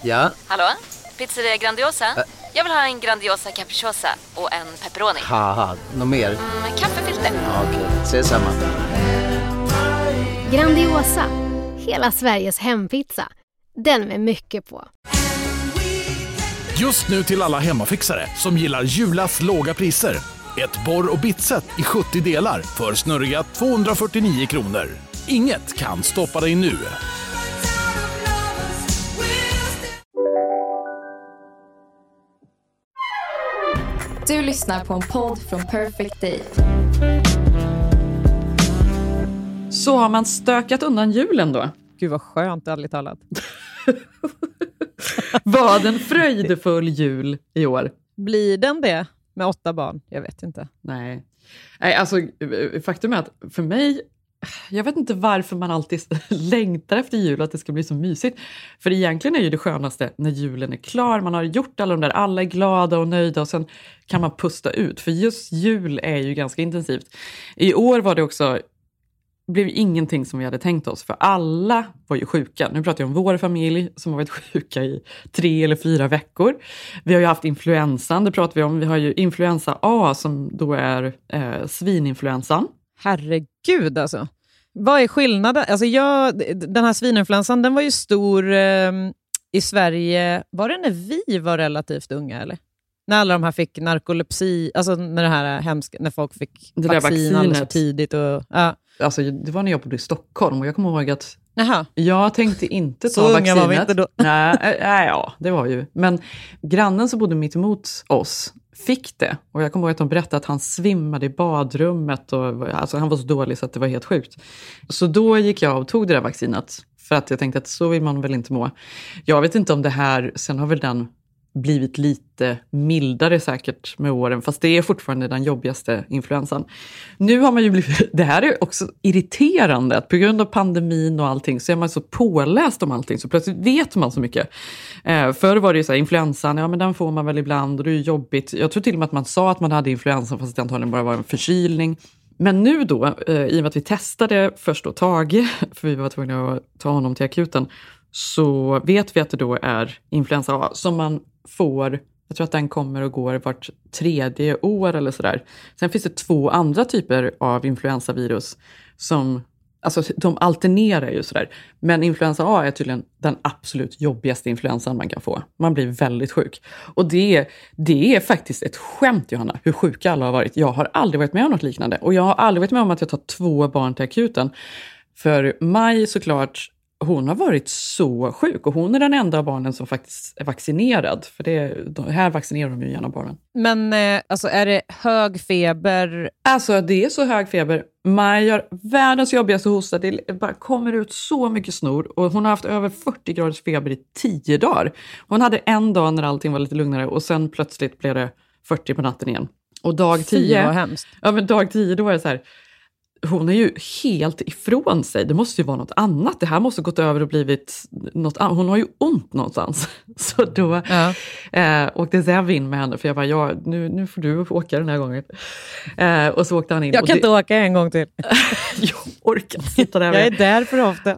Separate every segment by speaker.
Speaker 1: Ja?
Speaker 2: Hallå? Pizzeria Grandiosa? Jag vill ha en Grandiosa capriciosa och en pepperoni.
Speaker 1: Haha, något mer?
Speaker 2: Kaffefilter.
Speaker 1: Ja, okej, ses samma.
Speaker 3: Grandiosa, hela Sveriges hempizza. Den med mycket på.
Speaker 4: Just nu till alla hemmafixare som gillar Julas låga priser. Ett borr- och bitset i 70 delar för snurriga 249 kronor. Inget kan stoppa dig nu.
Speaker 5: Du lyssnar på en podd från Perfect Day.
Speaker 6: Så har man stökat undan julen då?
Speaker 7: Gud vad skönt, ärligt talat.
Speaker 6: Var det en fröjdefull jul i år?
Speaker 7: Blir den det med 8 barn? Jag vet inte.
Speaker 6: Nej, alltså faktum är att för mig, jag vet inte varför man alltid längtar efter jul, att det ska bli så mysigt. För egentligen är ju det skönaste när julen är klar. Man har gjort alla de där, alla är glada och nöjda och sen kan man pusta ut. För just jul är ju ganska intensivt. I år var det också, blev ingenting som vi hade tänkt oss. För alla var ju sjuka. Nu pratar jag om vår familj som har varit sjuka i 3 eller 4 veckor. Vi har ju haft influensan, det pratar vi om. Vi har ju influensa A som då är svininfluensan.
Speaker 7: Herregud alltså. Vad är skillnaden? Alltså den här svininfluensan, den var ju stor i Sverige. Var det när vi var relativt unga eller? När alla de här fick narkolepsi, alltså när det här hemska, när folk fick
Speaker 6: det
Speaker 7: vaccin alldeles för tidigt. Och, ja.
Speaker 6: Alltså det var när jag bodde i Stockholm och jag kommer ihåg att
Speaker 7: Aha.
Speaker 6: jag tänkte inte ta
Speaker 7: så
Speaker 6: vaccinet.
Speaker 7: unga var vi inte då.
Speaker 6: Nej, ja, det var ju. Men grannen som bodde mitt emot oss fick det. Och jag kommer ihåg att de berättade att han svimmade i badrummet. Och, alltså han var så dålig så att det var helt sjukt. Så då gick jag och tog det där vaccinet. För att jag tänkte att så vill man väl inte må. Jag vet inte om det här, sen har väl den blivit lite mildare säkert med åren, fast det är fortfarande den jobbigaste influensan. Nu har man ju blivit, det här är också irriterande att på grund av pandemin och allting så är man så påläst om allting så plötsligt vet man så mycket. Förr var det ju så här, influensan, ja men den får man väl ibland och det är ju jobbigt. Jag tror till och med att man sa att man hade influensan fast det antagligen bara var en förkylning. Men nu då, i och med att vi testade först då Tage, för vi var tvungna att ta honom till akuten, så vet vi att det då är influensa A som man får, jag tror att den kommer och går vart 3:e år eller sådär. Sen finns det 2 andra typer av influensavirus som, alltså de alternerar ju sådär. Men influensa A är tydligen den absolut jobbigaste influensan man kan få. Man blir väldigt sjuk. Och det är faktiskt ett skämt, Johanna, hur sjuka alla har varit. Jag har aldrig varit med om något liknande. Och jag har aldrig varit med om att jag tar 2 barn till akuten. För Maj såklart, hon har varit så sjuk och hon är den enda av barnen som faktiskt är vaccinerad. För här vaccinerar de ju gärna barnen.
Speaker 7: Men alltså är det hög feber?
Speaker 6: Alltså det är så hög feber. Maj har världens jobbigaste hosta. Det bara kommer ut så mycket snor. Och hon har haft över 40 graders feber i 10 dagar. Hon hade en dag när allting var lite lugnare och sen plötsligt blev det 40 på natten igen. Och dag 10...
Speaker 7: Vad hemskt.
Speaker 6: Ja, men dag 10 då var det så här... Hon är ju helt ifrån sig. Det måste ju vara något annat. Det här måste gått över och blivit något annat. Hon har ju ont någonstans. Så då åkte Zev in med henne. För jag bara, nu får du åka den här gången. Och så åkte han in.
Speaker 7: Jag kan inte åka en gång till.
Speaker 6: Jag orkar inte sitta där.
Speaker 7: Jag är där för ofta.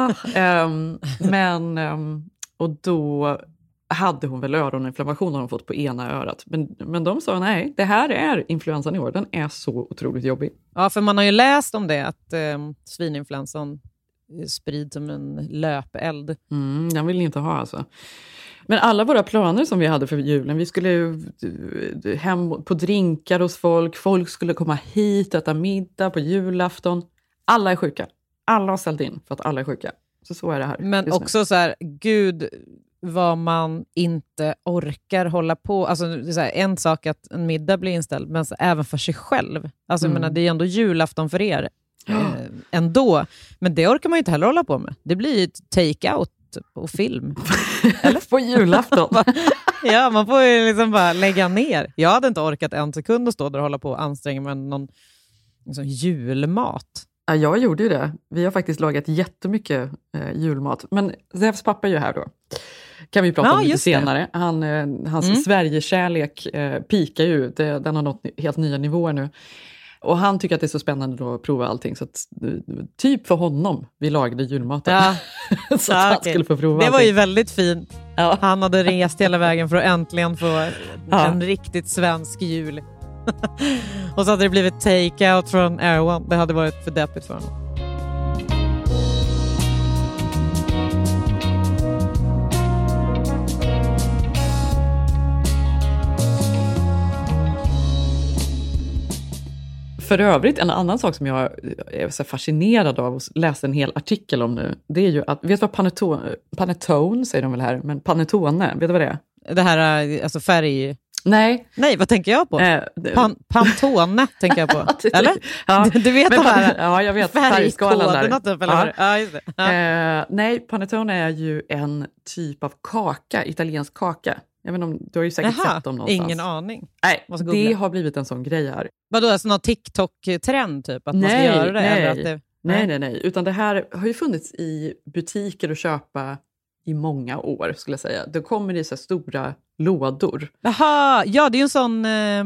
Speaker 6: Och då hade hon väl öroninflammation har hon fått på ena örat. Men de sa nej, det här är influensan i år. Den är så otroligt jobbig.
Speaker 7: Ja, för man har ju läst om det att svininfluensan sprids som en löpeld.
Speaker 6: Den vill ni inte ha alltså. Men alla våra planer som vi hade för julen, vi skulle hem på drinkar hos folk skulle komma hit, äta middag på julafton. Alla är sjuka. Alla har ställt in för att alla är sjuka. Så är det här.
Speaker 7: Men också så här, gud vad man inte orkar hålla på. Alltså det är så här, en sak att en middag blir inställd, men så, även för sig själv. Alltså jag menar, det är ändå julafton för er. Ändå. Men det orkar man ju inte heller hålla på med. Det blir ju take-out och film.
Speaker 6: Eller på julafton.
Speaker 7: Ja, man får ju liksom bara lägga ner. Jag hade inte orkat en sekund att stå där och hålla på och anstränga mig med någon liksom, julmat.
Speaker 6: Ja, jag gjorde ju det. Vi har faktiskt lagat jättemycket julmat. Men Zevs pappa är ju här då. Kan vi prata om lite senare. Hans Sverigekärlek pikar ju. Den har nått helt nya nivåer nu. Och han tycker att det är så spännande då att prova allting. Så att, typ för honom, vi lagade julmaten.
Speaker 7: Ja.
Speaker 6: Så att han skulle få prova
Speaker 7: det
Speaker 6: allting.
Speaker 7: var ju väldigt fint.
Speaker 6: Ja.
Speaker 7: Han hade rest hela vägen för att äntligen få en riktigt svensk jul. Och så hade det blivit take-out från Erewhon. Det hade varit för deppigt för honom.
Speaker 6: För övrigt, en annan sak som jag är så fascinerad av och läste en hel artikel om nu, det är ju att, vet du vad Panettone säger de väl här, men Panettone, vet du vad det är?
Speaker 7: Det här, alltså färg...
Speaker 6: Nej,
Speaker 7: vad tänker jag på? Pantone tänker jag på. Eller?
Speaker 6: Ja.
Speaker 7: Du vet det här.
Speaker 6: Ja, jag vet. Färgskalan där.
Speaker 7: Typ, eller? Ja, just det. Ja.
Speaker 6: Nej, Panettone är ju en typ av kaka, italiensk kaka. Jag vet inte om, du har ju säkert sett dem någonstans.
Speaker 7: Ingen aning.
Speaker 6: Nej, det har blivit en sån grej här.
Speaker 7: Vadå, alltså någon TikTok-trend typ? Att man ska göra det? Eller att det...
Speaker 6: Nej. Utan det här har ju funnits i butiker att köpa i många år, skulle jag säga. Det kommer i så stora lådor.
Speaker 7: Jaha, ja, det är ju en sån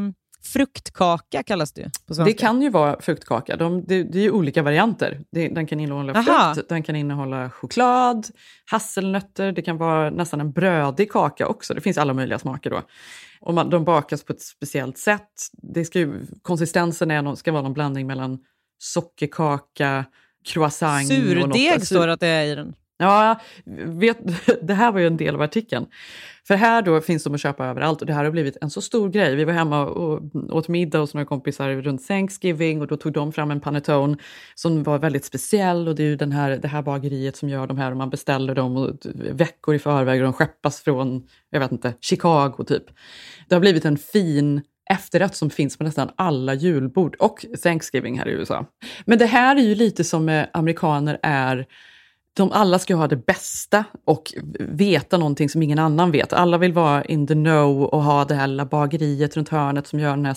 Speaker 7: fruktkaka kallas det på svenska.
Speaker 6: Det kan ju vara fruktkaka. Det är ju olika varianter. Den kan innehålla frukt, den kan innehålla choklad, hasselnötter. Det kan vara nästan en brödig kaka också. Det finns alla möjliga smaker då. Och de bakas på ett speciellt sätt. Konsistensen ska vara någon blandning mellan sockerkaka, croissant.
Speaker 7: Surdeg står att det är i den.
Speaker 6: Ja, det här var ju en del av artikeln. För här då finns de att köpa överallt och det här har blivit en så stor grej. Vi var hemma och åt middag hos några kompisar runt Thanksgiving och då tog de fram en panettone som var väldigt speciell och det är ju det här bageriet som gör de här och man beställer dem veckor i förväg och de skeppas från, jag vet inte, Chicago typ. Det har blivit en fin efterrätt som finns på nästan alla julbord och Thanksgiving här i USA. Men det här är ju lite som amerikaner är. De alla ska ha det bästa och veta någonting som ingen annan vet. Alla vill vara in the know och ha det här lilla bageriet runt hörnet som gör den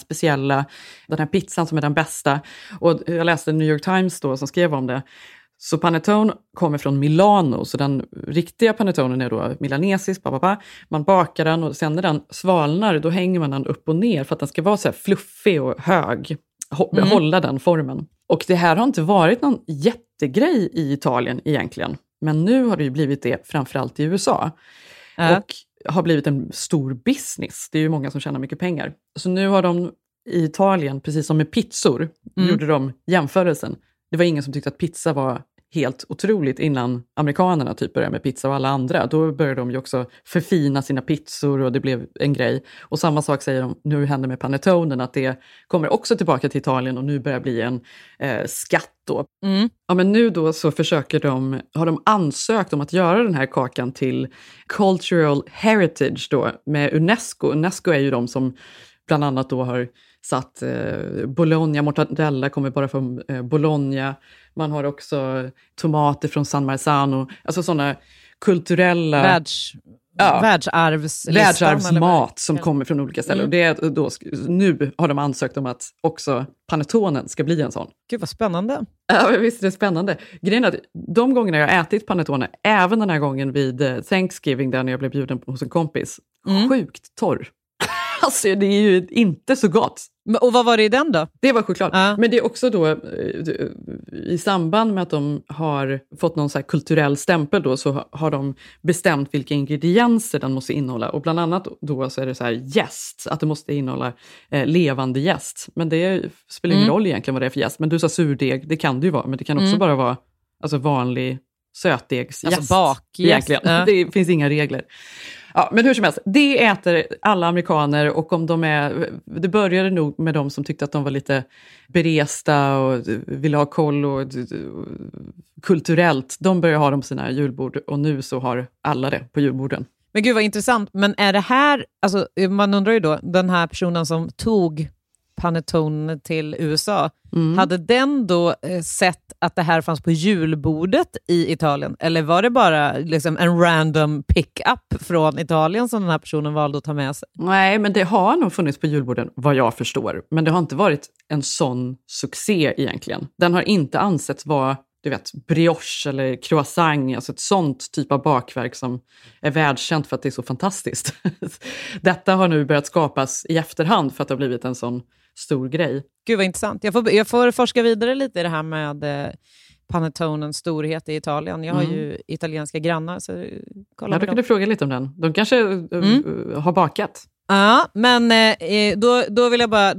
Speaker 6: här pizzan som är den bästa. Och jag läste New York Times då som skrev om det. Så panettone kommer från Milano, så den riktiga panettonen är då milanesisk, man bakar den och sen när den svalnar då hänger man den upp och ner för att den ska vara så här fluffig och hög. Hålla den formen. Och det här har inte varit någon jättegrej i Italien egentligen. Men nu har det ju blivit det framförallt i USA. Och har blivit en stor business. Det är ju många som tjänar mycket pengar. Så nu har de i Italien, precis som med pizzor, gjorde de jämförelsen. Det var ingen som tyckte att pizza var helt otroligt innan amerikanerna typ började med pizza och alla andra. Då började de ju också förfina sina pizzor och det blev en grej. Och samma sak säger de nu händer med panettonen, att det kommer också tillbaka till Italien och nu börjar bli en skatt då. Ja, men nu då så har de ansökt om att göra den här kakan till Cultural Heritage då med UNESCO. UNESCO är ju de som bland annat då har satt Bologna, mortadella kommer bara från Bologna. Man har också tomater från San Marzano. Alltså sådana kulturella... Världsarvsmat som kommer från olika ställen. Och det är då, nu har de ansökt om att också panettonen ska bli en sån.
Speaker 7: Gud vad spännande.
Speaker 6: Ja, visst är det spännande. Grejen är att de gångerna jag har ätit panettone, även den här gången vid Thanksgiving där när jag blev bjuden hos en kompis, sjukt torr. Alltså det är ju inte så gott.
Speaker 7: Och vad var det i den då?
Speaker 6: Det var choklad. Men det är också då i samband med att de har fått någon så här kulturell stämpel då, så har de bestämt vilka ingredienser den måste innehålla. Och bland annat då så är det så här jäst, att det måste innehålla levande jäst. Men det spelar ingen roll egentligen vad det är för jäst. Men du sa surdeg, det kan det ju vara. Men det kan också bara vara alltså vanlig sötdegsjäst. Alltså bakjäst. Det finns inga regler. Ja, men hur som helst, det äter alla amerikaner och om det började nog med de som tyckte att de var lite beresta och ville ha koll och kulturellt. De börjar ha dem på sina julbord och nu så har alla det på julborden.
Speaker 7: Men gud vad intressant, men är det här, alltså man undrar ju då, den här personen som tog panettone till USA, hade den då sett att det här fanns på julbordet i Italien? Eller var det bara liksom en random pick-up från Italien som den här personen valde att ta med sig?
Speaker 6: Nej, men det har nog funnits på julborden, vad jag förstår. Men det har inte varit en sån succé egentligen. Den har inte ansetts vara, du vet, brioche eller croissant, alltså ett sånt typ av bakverk som är världskänt för att det är så fantastiskt. Detta har nu börjat skapas i efterhand för att det har blivit en sån stor grej.
Speaker 7: Gud vad intressant. Jag får forska vidare lite i det här med Panettonens storhet i Italien. Jag har ju italienska grannar, så kolla
Speaker 6: Ja, då kan du fråga lite om den. De kanske har bakat.
Speaker 7: Ja, men då vill jag bara,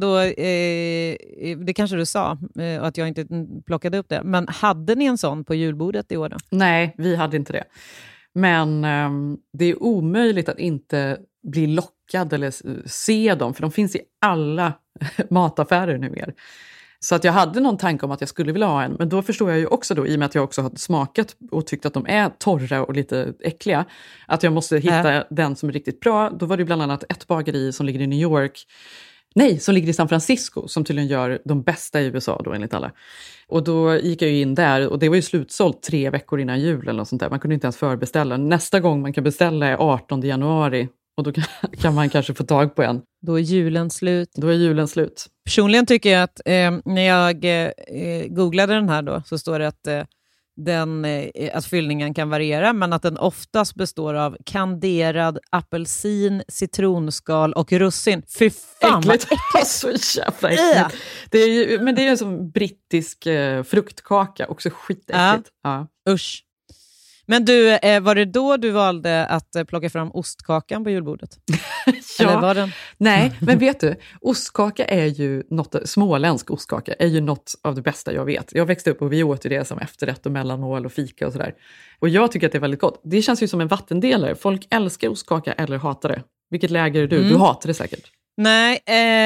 Speaker 7: det kanske du sa, att jag inte plockade upp det. Men hade ni en sån på julbordet i år då?
Speaker 6: Nej, vi hade inte det. Men det är omöjligt att inte bli lockad eller se dem, för de finns i alla mataffärer nu mer. Så att jag hade någon tanke om att jag skulle vilja ha en, men då förstår jag ju också då, i och med att jag också har smakat och tyckt att de är torra och lite äckliga, att jag måste hitta den som är riktigt bra. Då var det bland annat ett bageri som ligger i New York, som ligger i San Francisco, som tydligen gör de bästa i USA då enligt alla. Och då gick jag ju in där, och det var ju slutsålt 3 veckor innan jul eller något sånt där. Man kunde inte ens förbeställa. Nästa gång man kan beställa är 18 januari. Och då kan man kanske få tag på en.
Speaker 7: Då är julen slut.
Speaker 6: Personligen
Speaker 7: tycker jag att när jag googlade den här då, så står det att att fyllningen kan variera, men att den oftast består av kanderad apelsin, citronskal och russin. Fy fan vad äckligt!
Speaker 6: Så jävla äckligt. Det är ju, men det är ju som brittisk fruktkaka, också skitäckligt. Ja.
Speaker 7: Usch. Men du, var det då du valde att plocka fram ostkakan på julbordet?
Speaker 6: Ja.
Speaker 7: Eller var den?
Speaker 6: Nej, men vet du, ostkaka är ju småländsk ostkaka är ju något av det bästa jag vet. Jag växte upp och vi åt ju det som efterrätt och mellanmål och fika och sådär. Och jag tycker att det är väldigt gott. Det känns ju som en vattendelare. Folk älskar ostkaka eller hatar det. Vilket läger är du? Du hatar det säkert.
Speaker 7: Nej,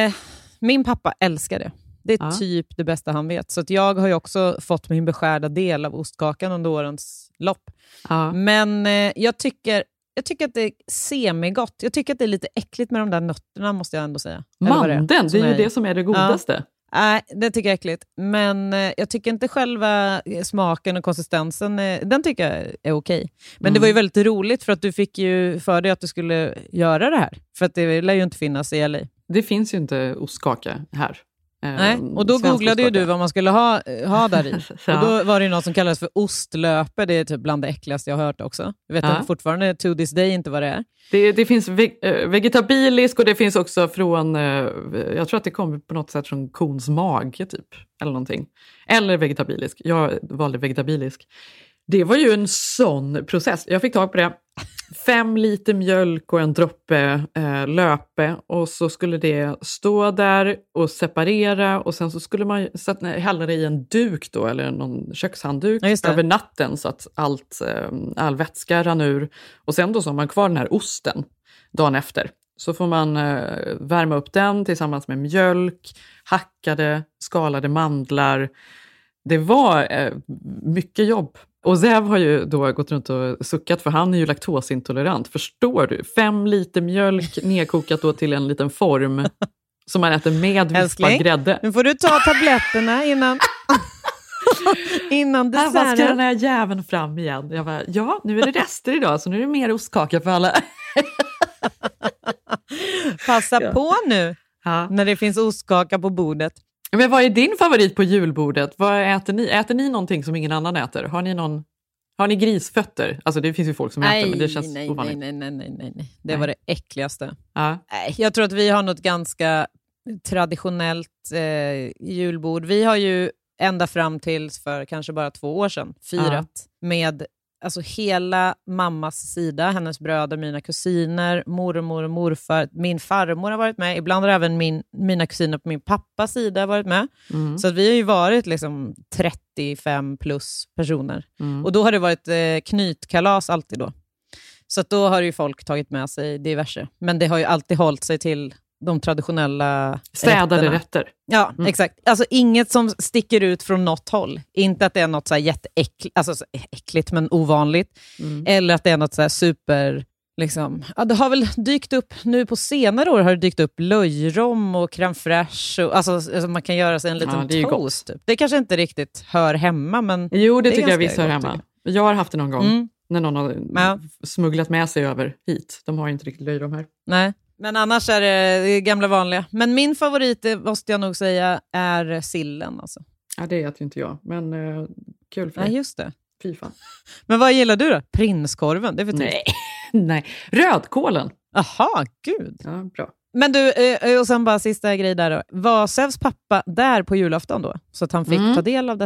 Speaker 7: min pappa älskar det. Det är typ det bästa han vet. Så att jag har ju också fått min beskärda del av ostkakan under årens lopp. Men jag tycker att det är semigott. Jag tycker att det är lite äckligt med de där nötterna, måste jag ändå säga.
Speaker 6: Mandeln, det är ju det som är det godaste.
Speaker 7: Nej, det tycker jag är äckligt. Men jag tycker inte själva smaken och konsistensen, den tycker jag är okej. Men det var ju väldigt roligt, för att du fick ju för dig att du skulle göra det här. För att det lär ju inte finnas i LA.
Speaker 6: Det finns ju inte ostkaka här.
Speaker 7: Nej, och då googlade ju du vad man skulle ha där i. Och då var det ju något som kallades för ostlöpe. Det är typ bland det äckligaste jag har hört också. Jag vet fortfarande to this day inte vad det är.
Speaker 6: Det finns vegetabilisk, och det finns också från, jag tror att det kommer på något sätt från kons mage typ, eller någonting. Eller vegetabilisk. Jag valde vegetabilisk. Det var ju en sån process. Jag fick tag på det. 5 liter mjölk och en droppe löpe, och så skulle det stå där och separera, och sen så skulle man hälla det i en duk då, eller någon kökshandduk över natten, så att all vätska rann ur, och sen då så har man kvar den här osten dagen efter. Så får man värma upp den tillsammans med mjölk, hackade, skalade mandlar. Det var mycket jobb. Och Zev har ju då gått runt och suckat, för han är ju laktosintolerant. Förstår du? 5 liter mjölk nedkokat då till en liten form som man äter med vispad grädde.
Speaker 7: Nu får du ta tabletterna innan desserten.
Speaker 6: Vad ska den här jäveln fram igen? Jag bara, nu är det rester idag, så nu är det mer ostkaka för alla.
Speaker 7: Passa på nu när det finns ostkaka på bordet.
Speaker 6: Men vad är din favorit på julbordet? Vad äter ni? Äter ni någonting som ingen annan äter? Har ni grisfötter? Alltså det finns ju folk som äter, men det känns ovanligt.
Speaker 7: Nej. Det var det äckligaste. Nej, jag tror att vi har något ganska traditionellt julbord. Vi har ju ända fram till för kanske bara 2 år sedan firat med alltså hela mammas sida, hennes bröder, mina kusiner, mormor och morfar, min farmor har varit med, ibland har även mina kusiner på min pappas sida varit med. Så att vi har ju varit liksom 35 plus personer. Och då har det varit knytkalas alltid då. Så att då har ju folk tagit med sig diverse. Men det har ju alltid hållit sig till de traditionella
Speaker 6: städade rätter.
Speaker 7: Ja, exakt. Alltså inget som sticker ut från något håll. Inte att det är något så här jätteäckligt, alltså äckligt men ovanligt. Eller att det är något så här super, liksom. Ja, det har väl dykt upp, nu på senare år har det dykt upp löjrom och crème fraîche. Och, alltså man kan göra sig en liten toast. Typ. Det kanske inte riktigt hör hemma, men
Speaker 6: jo, det tycker jag visst hör hemma. Jag har haft det någon gång. När någon har smugglat med sig över hit. De har inte riktigt löjrom här.
Speaker 7: Nej. Men annars är det gamla vanliga. Men min favorit, måste jag nog säga, är sillen. Alltså.
Speaker 6: Ja, det äter ju inte jag. Men kul för dig.
Speaker 7: Ja, just det.
Speaker 6: Fy fan.
Speaker 7: Men vad gillar du då? Prinskorven? Det är för
Speaker 6: Nej. Rödkålen.
Speaker 7: Aha, gud.
Speaker 6: Ja, bra.
Speaker 7: Men du, och sen bara sista grej där då. Var Sevs pappa där på julafton då? Så att han fick ta del av detta?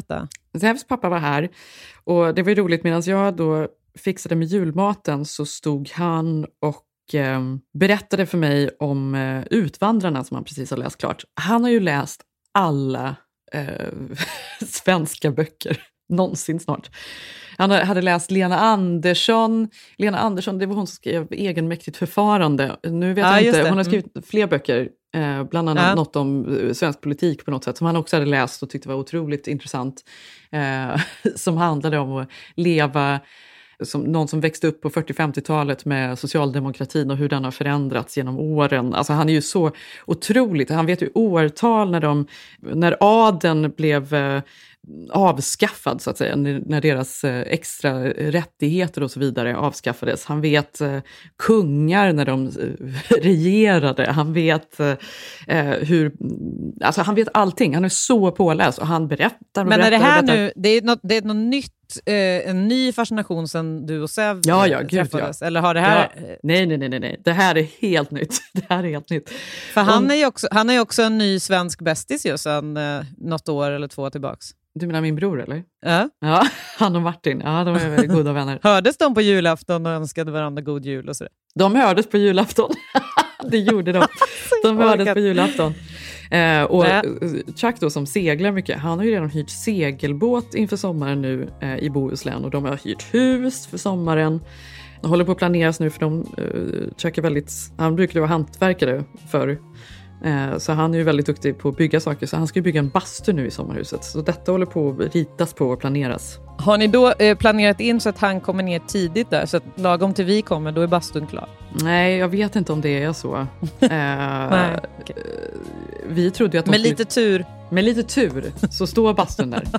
Speaker 6: Zevs pappa var här och det var ju roligt, medan jag då fixade med julmaten så stod han och berättade för mig om Utvandrarna som han precis har läst klart. Han har ju läst alla svenska böcker någonsin snart. Han hade läst Lena Andersson, det var hon som skrev Egenmäktigt förfarande. Nu vet jag inte, hon har skrivit fler böcker, bland annat något om svensk politik på något sätt, som han också hade läst och tyckte var otroligt intressant. Som handlade om att leva som någon som växte upp på 40-50-talet med socialdemokratin och hur den har förändrats genom åren. Alltså han är ju så otroligt, han vet ju årtal när adeln blev avskaffad så att säga, när deras extra rättigheter och så vidare avskaffades. Han vet kungar när de regerade. Han vet alltså han vet allting. Han är så påläst och han berättar.
Speaker 7: Men är det här nu, det är något nytt, en ny fascination sen du och Sev träffades? Eller har det här...
Speaker 6: Ja. Nej. Det här är helt nytt.
Speaker 7: För han är ju också en ny svensk bästis ju sedan något år eller 2 tillbaks.
Speaker 6: Du menar min bror, eller?
Speaker 7: Ja,
Speaker 6: han och Martin. Ja, de är väldigt goda vänner.
Speaker 7: Hördes de på julafton och önskade varandra god jul och sådär?
Speaker 6: De hördes på julafton. Det gjorde de. De hördes på julafton. Och Chuck då som seglar mycket, han har ju redan hyrt segelbåt inför sommaren nu i Bohuslän. Och de har hyrt hus för sommaren. De håller på att planeras nu för Chuck är han brukade vara hantverkare förr. Så han är ju väldigt duktig på att bygga saker. Så han ska ju bygga en bastu nu i sommarhuset. Så detta håller på att ritas på och planeras.
Speaker 7: Har ni då planerat in så att han kommer ner tidigt där? Så att lagom till vi kommer, då är bastun klar?
Speaker 6: Nej, jag vet inte om det är så.
Speaker 7: Nej, okay.
Speaker 6: Vi trodde att
Speaker 7: med lite tur
Speaker 6: så står bastun där.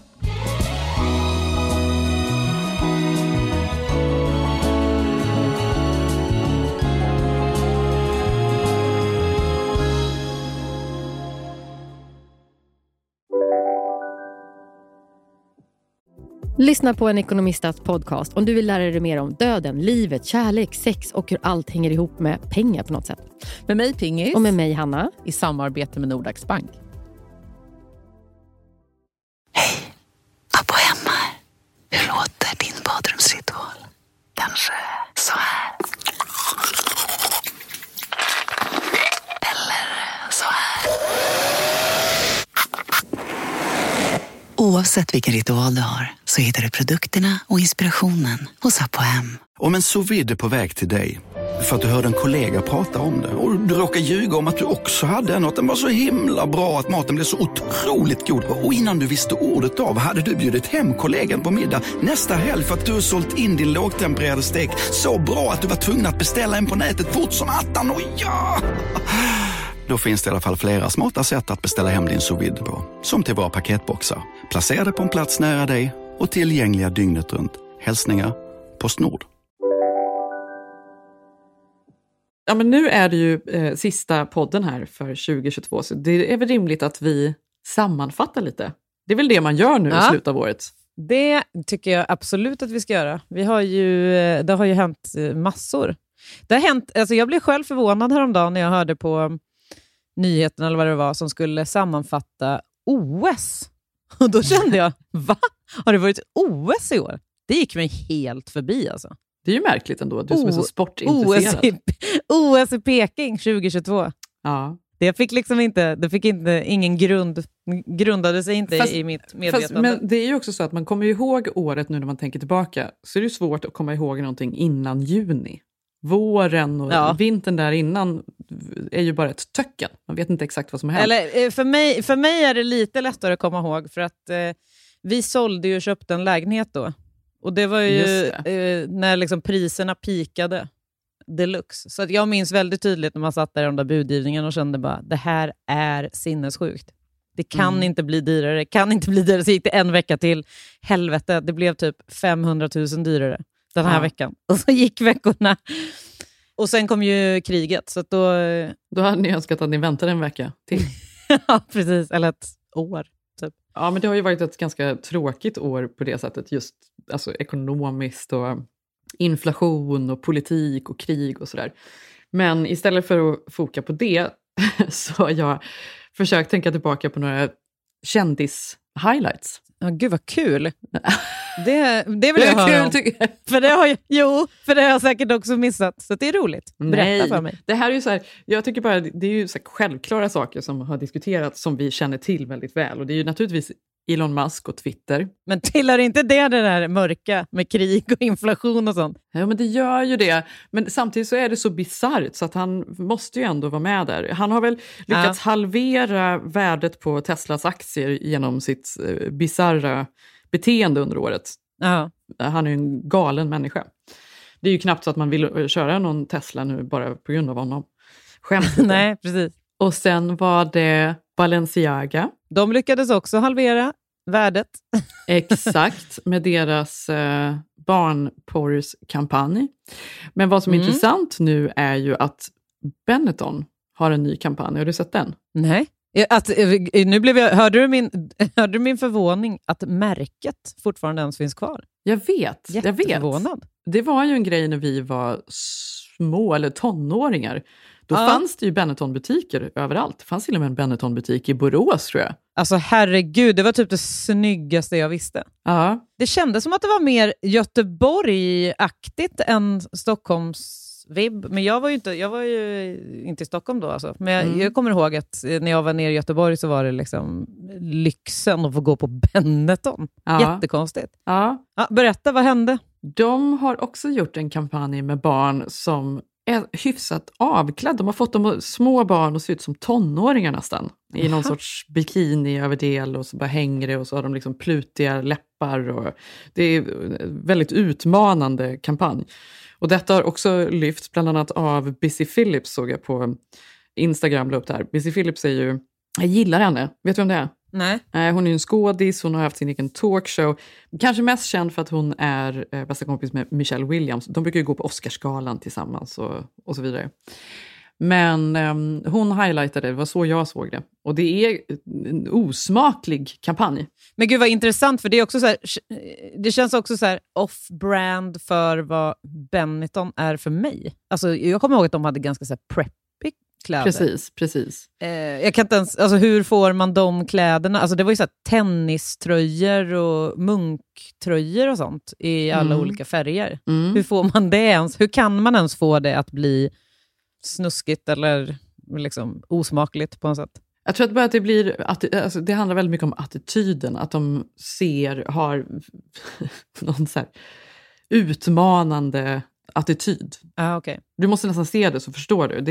Speaker 8: Lyssna på en ekonomistats podcast om du vill lära dig mer om döden, livet, kärlek, sex och hur allt hänger ihop med pengar på något sätt.
Speaker 9: Med mig Pingis.
Speaker 8: Och med mig Hanna.
Speaker 9: I samarbete med Nordax Bank.
Speaker 10: Hej, Abbo hemma. Hur låter din badrumsritual? Kanske så här. Eller så här. Oavsett vilken ritual du har så hittar du produkterna och inspirationen hos Abbo Hem.
Speaker 11: Om en sous vide är på väg till dig för att du hörde en kollega prata om det och du råkar ljuga om att du också hade en och att den var så himla bra att maten blev så otroligt god. Och innan du visste ordet av hade du bjudit hem kollegan på middag nästa helg för att du sålt in din lågtempererade stek så bra att du var tvungen att beställa en på nätet fort som attan. Och ja! Då finns det i alla fall flera smarta sätt att beställa hem din sous vide på. Som till våra paketboxar. Placerade på en plats nära dig och tillgängliga dygnet runt. Hälsningar PostNord.
Speaker 6: Ja, men nu är det ju sista podden här för 2022. Så det är väl rimligt att vi sammanfattar lite. Det är väl det man gör nu i slutet av året.
Speaker 7: Det tycker jag absolut att vi ska göra. Det har ju hänt massor. Det har hänt, alltså jag blev själv förvånad häromdagen när jag hörde på nyheterna eller vad det var som skulle sammanfatta OS. Och då kände jag, va? Har det varit OS i år? Det gick mig helt förbi alltså.
Speaker 6: Det är ju märkligt ändå, du som är så sportintresserad.
Speaker 7: OS i Peking 2022.
Speaker 6: Ja.
Speaker 7: Det fick liksom ingen grundade sig inte i mitt medvetande.
Speaker 6: Men det är ju också så att man kommer ihåg året nu när man tänker tillbaka. Så är det svårt att komma ihåg någonting innan juni. Våren och vintern där innan är ju bara ett töcken. Man vet inte exakt vad som händer.
Speaker 7: Eller för mig är det lite lättare att komma ihåg för att vi sålde ju och köpte en lägenhet då. Och det var ju när liksom priserna pikade deluxe. Så att jag minns väldigt tydligt när man satt där i de där budgivningen och kände bara, det här är sinnessjukt. Det kan inte bli dyrare. Så gick det en vecka till. Helvete, det blev typ 500 000 dyrare den här veckan. Och så gick veckorna. Och sen kom ju kriget. Så att
Speaker 6: då hade ni önskat att ni väntade en vecka till.
Speaker 7: Ja, precis. Eller ett år. Typ.
Speaker 6: Ja, men det har ju varit ett ganska tråkigt år på det sättet. Just alltså, ekonomiskt och inflation och politik och krig och sådär. Men istället för att foka på det så har jag försökt tänka tillbaka på några kändis-highlights.
Speaker 7: Gud vad kul. Det vill jag höra om. För det har jag säkert också missat. Så det är roligt. Berätta för mig.
Speaker 6: Det här är ju så här, jag tycker bara det är ju så här självklara saker som har diskuterats som vi känner till väldigt väl. Och det är ju naturligtvis Elon Musk och Twitter.
Speaker 7: Men tillhör inte det där mörka med krig och inflation och sånt?
Speaker 6: Ja, men det gör ju det. Men samtidigt så är det så bizarrt så att han måste ju ändå vara med där. Han har väl lyckats halvera värdet på Teslas aktier genom sitt bizarra beteende under året.
Speaker 7: Ja.
Speaker 6: Han är ju en galen människa. Det är ju knappt så att man vill köra någon Tesla nu bara på grund av honom. Skämt.
Speaker 7: Nej, precis.
Speaker 6: Och sen var det Balenciaga.
Speaker 7: De lyckades också halvera värdet.
Speaker 6: Exakt, med deras barnporrskampanj. Men vad som är intressant nu är ju att Benetton har en ny kampanj. Har du sett den?
Speaker 7: Nej. Nu hörde du min förvåning att märket fortfarande ens finns kvar?
Speaker 6: Jag vet.
Speaker 7: Jätteförvånad.
Speaker 6: Det var ju en grej när vi var små eller tonåringar. Då fanns det ju Benetton-butiker överallt. Det fanns till och med en Benetton-butik i Borås, tror jag.
Speaker 7: Alltså herregud, det var typ det snyggaste jag visste.
Speaker 6: Ja.
Speaker 7: Det kändes som att det var mer Göteborg-aktigt än Stockholms-vibb. Men jag var ju inte i Stockholm då. Alltså. Men jag kommer ihåg att när jag var nere i Göteborg så var det liksom lyxen att få gå på Benetton. Jättekonstigt.
Speaker 6: Ja.
Speaker 7: Berätta, vad hände?
Speaker 6: De har också gjort en kampanj med barn som är hyfsat avklädd. De har fått små barn att se ut som tonåringar nästan. I någon sorts bikini överdel och så bara hänger det och så har de liksom plutiga läppar. Och det är en väldigt utmanande kampanj. Och detta har också lyfts bland annat av Busy Phillips, såg jag på Instagram, la upp det här. Busy Phillips är ju, jag gillar henne. Vet du vem det är?
Speaker 7: Nej.
Speaker 6: Hon är ju en skådis, hon har haft sin egen talkshow. Kanske mest känd för att hon är bästa kompis med Michelle Williams. De brukar ju gå på Oscarsgalan tillsammans och så vidare. Men hon highlightade, det var så jag såg det. Och det är en osmaklig kampanj.
Speaker 7: Men gud vad intressant, för det är också så här, det känns också så här off-brand för vad Benetton är för mig. Alltså jag kommer ihåg att de hade ganska så här preppy kläder.
Speaker 6: Precis.
Speaker 7: Jag kan inte ens, alltså hur får man de kläderna? Alltså det var ju så här tenniströjor och munktröjor och sånt i alla olika färger. Hur får man det ens? Hur kan man ens få det att bli snuskigt eller liksom osmakligt på något sätt?
Speaker 6: Jag tror att bara att det blir, alltså det handlar väldigt mycket om attityden, att de har någon så här utmanande attityd.
Speaker 7: Okay.
Speaker 6: Du måste nästan se det så förstår du.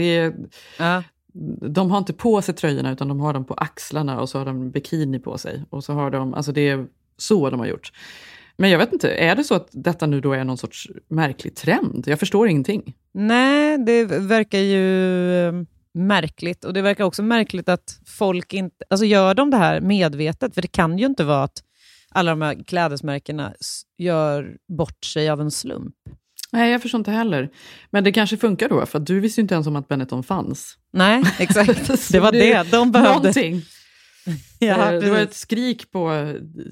Speaker 6: De har inte på sig tröjorna utan de har dem på axlarna och så har de bikini på sig. Och så har de, alltså det är så de har gjort. Men jag vet inte, är det så att detta nu då är någon sorts märklig trend? Jag förstår ingenting.
Speaker 7: Nej, det verkar ju märkligt. Och det verkar också märkligt att folk inte, alltså gör de det här medvetet? För det kan ju inte vara att alla de här klädesmärkena gör bort sig av en slump.
Speaker 6: Nej, jag förstår inte heller. Men det kanske funkar då, för att du visste ju inte ens om att Benetton fanns.
Speaker 7: Nej, exakt. Det var det de behövde.
Speaker 6: Någonting. Det var ett skrik på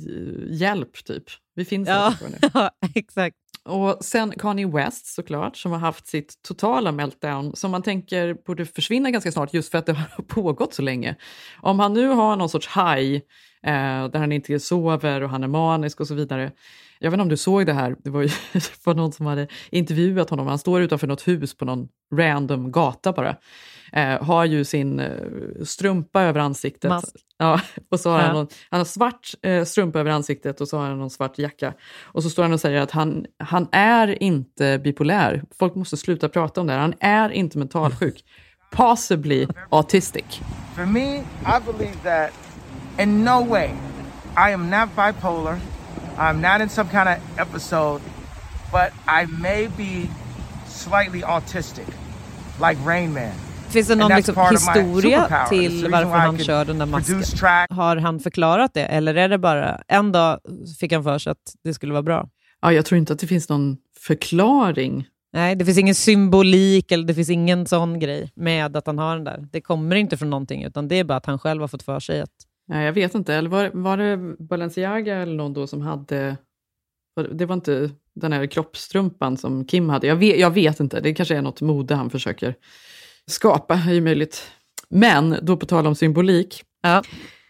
Speaker 6: hjälp typ. Vi finns här.
Speaker 7: Ja, exakt.
Speaker 6: Och sen Kanye West såklart, som har haft sitt totala meltdown, som man tänker borde försvinna ganska snart just för att det har pågått så länge. Om han nu har någon sorts high där han inte sover och han är manisk och så vidare. Jag vet inte om du såg det här, det var ju för någon som hade intervjuat honom. Han står utanför något hus på någon random gata bara. Har ju sin strumpa över ansiktet.
Speaker 7: Mask.
Speaker 6: Ja, och så har han har svart strumpa över ansiktet och så har han någon svart jacka. Och så står han och säger att han är inte bipolär. Folk måste sluta prata om det här. Han är inte mentalsjuk. Possibly autistic.
Speaker 12: For me, I believe that in no way I am not bipolar. I'm not in some kind of episode, but I may be slightly autistic, like Rain Man.
Speaker 7: Finns det någon liksom historia till varför han kör den där masken? Har han förklarat det? Eller är det bara en dag fick han för sig att det skulle vara bra?
Speaker 6: Ja, jag tror inte att det finns någon förklaring.
Speaker 7: Nej, det finns ingen symbolik eller det finns ingen sån grej med att han har den där. Det kommer inte från någonting utan det är bara att han själv har fått för sig att...
Speaker 6: Nej, jag vet inte. Eller var det Balenciaga eller någon då som hade... Det var inte den här kroppstrumpan som Kim hade. Jag vet inte. Det kanske är något mode han försöker skapa, är ju möjligt. Men då på tal om symbolik.
Speaker 7: Ja.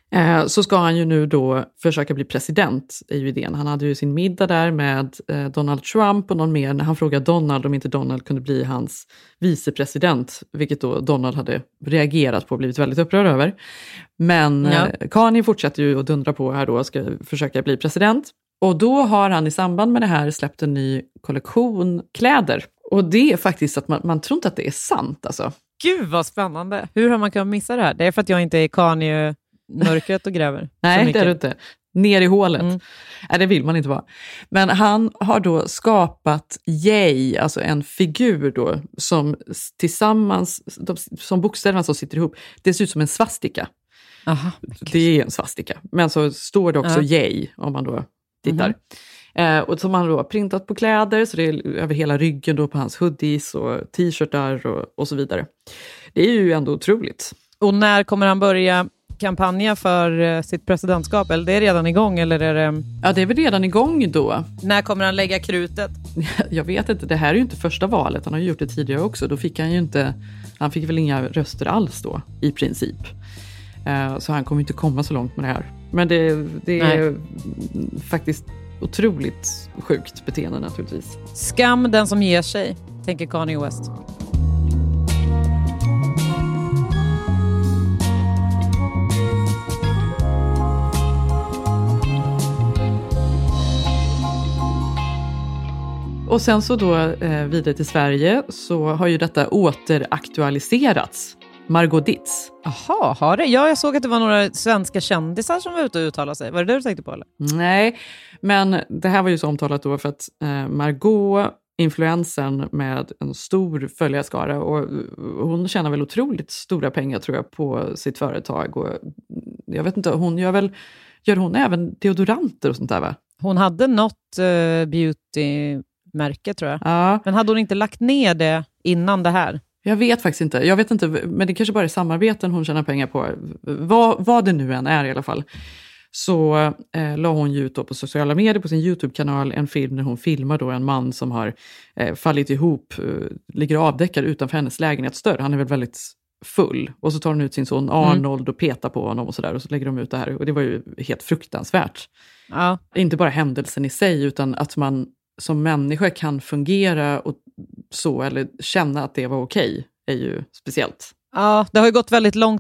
Speaker 6: Så ska han ju nu då försöka bli president, är ju idén. Han hade ju sin middag där med Donald Trump och någon mer när han frågade Donald om inte Donald kunde bli hans vicepresident, vilket då Donald hade reagerat på och blivit väldigt upprörd över. Men Kanye fortsätter ju att dundra på här då och ska försöka bli president. Och då har han i samband med det här släppt en ny kollektion kläder. Och det är faktiskt att man tror inte att det är sant alltså.
Speaker 7: Gud vad spännande. Hur har man kunnat missa det här? Det är för att jag inte är Kanye mörkret och gräver.
Speaker 6: Nej, det är det inte. Ner i hålet. Nej, det vill man inte vara. Men han har då skapat Ye, alltså en figur då, som tillsammans, som bokstäverna som sitter ihop, det ser ut som en svastika.
Speaker 7: Aha,
Speaker 6: det är en svastika. Men så står det också Ye, om man då tittar. Och som han då har printat på kläder, så det är över hela ryggen då på hans hoodies och t-shirtar och så vidare. Det är ju ändå otroligt.
Speaker 7: Och när kommer han börja kampanja för sitt presidentskap? Eller det är redan igång? Eller är det...
Speaker 6: Ja, det är väl redan igång då.
Speaker 7: När kommer han lägga krutet?
Speaker 6: Jag vet inte, det här är ju inte första valet. Han har ju gjort det tidigare också. Då fick han ju inte, han fick väl inga röster alls då, i princip. Så han kommer inte komma så långt med det här. Men det är faktiskt otroligt sjukt beteende naturligtvis.
Speaker 7: Skam den som ger sig, tänker Kanye West.
Speaker 6: Och sen så då vidare till Sverige så har ju detta återaktualiserats. Margot Dietz.
Speaker 7: Jaha, har det? Ja, jag såg att det var några svenska kändisar som var ute och uttalade sig. Var det du tänkte på eller?
Speaker 6: Nej, men det här var ju så omtalat då för att Margot, influensen med en stor följarskara, och hon tjänar väl otroligt stora pengar tror jag på sitt företag. Och jag vet inte, gör hon även deodoranter och sånt där va?
Speaker 7: Hon hade något beauty-märke tror jag. Ja. Men hade hon inte lagt ner det innan det här?
Speaker 6: Jag vet faktiskt inte. Jag vet inte, men det kanske bara är samarbeten hon tjänar pengar på. Vad det nu än är i alla fall. Så la hon ju ut då på sociala medier på sin YouTube-kanal en film när hon filmar då en man som har fallit ihop, ligger avdäckad utanför hennes lägenhetsdörr. Han är väl väldigt full. Och så tar hon ut sin son Arnold och petar på honom och sådär. Och så lägger de ut det här. Och det var ju helt fruktansvärt. Ja. Inte bara händelsen i sig utan att man som människa kan fungera och så, eller känna att det var okej, är ju speciellt.
Speaker 7: Ja, det har ju gått väldigt långt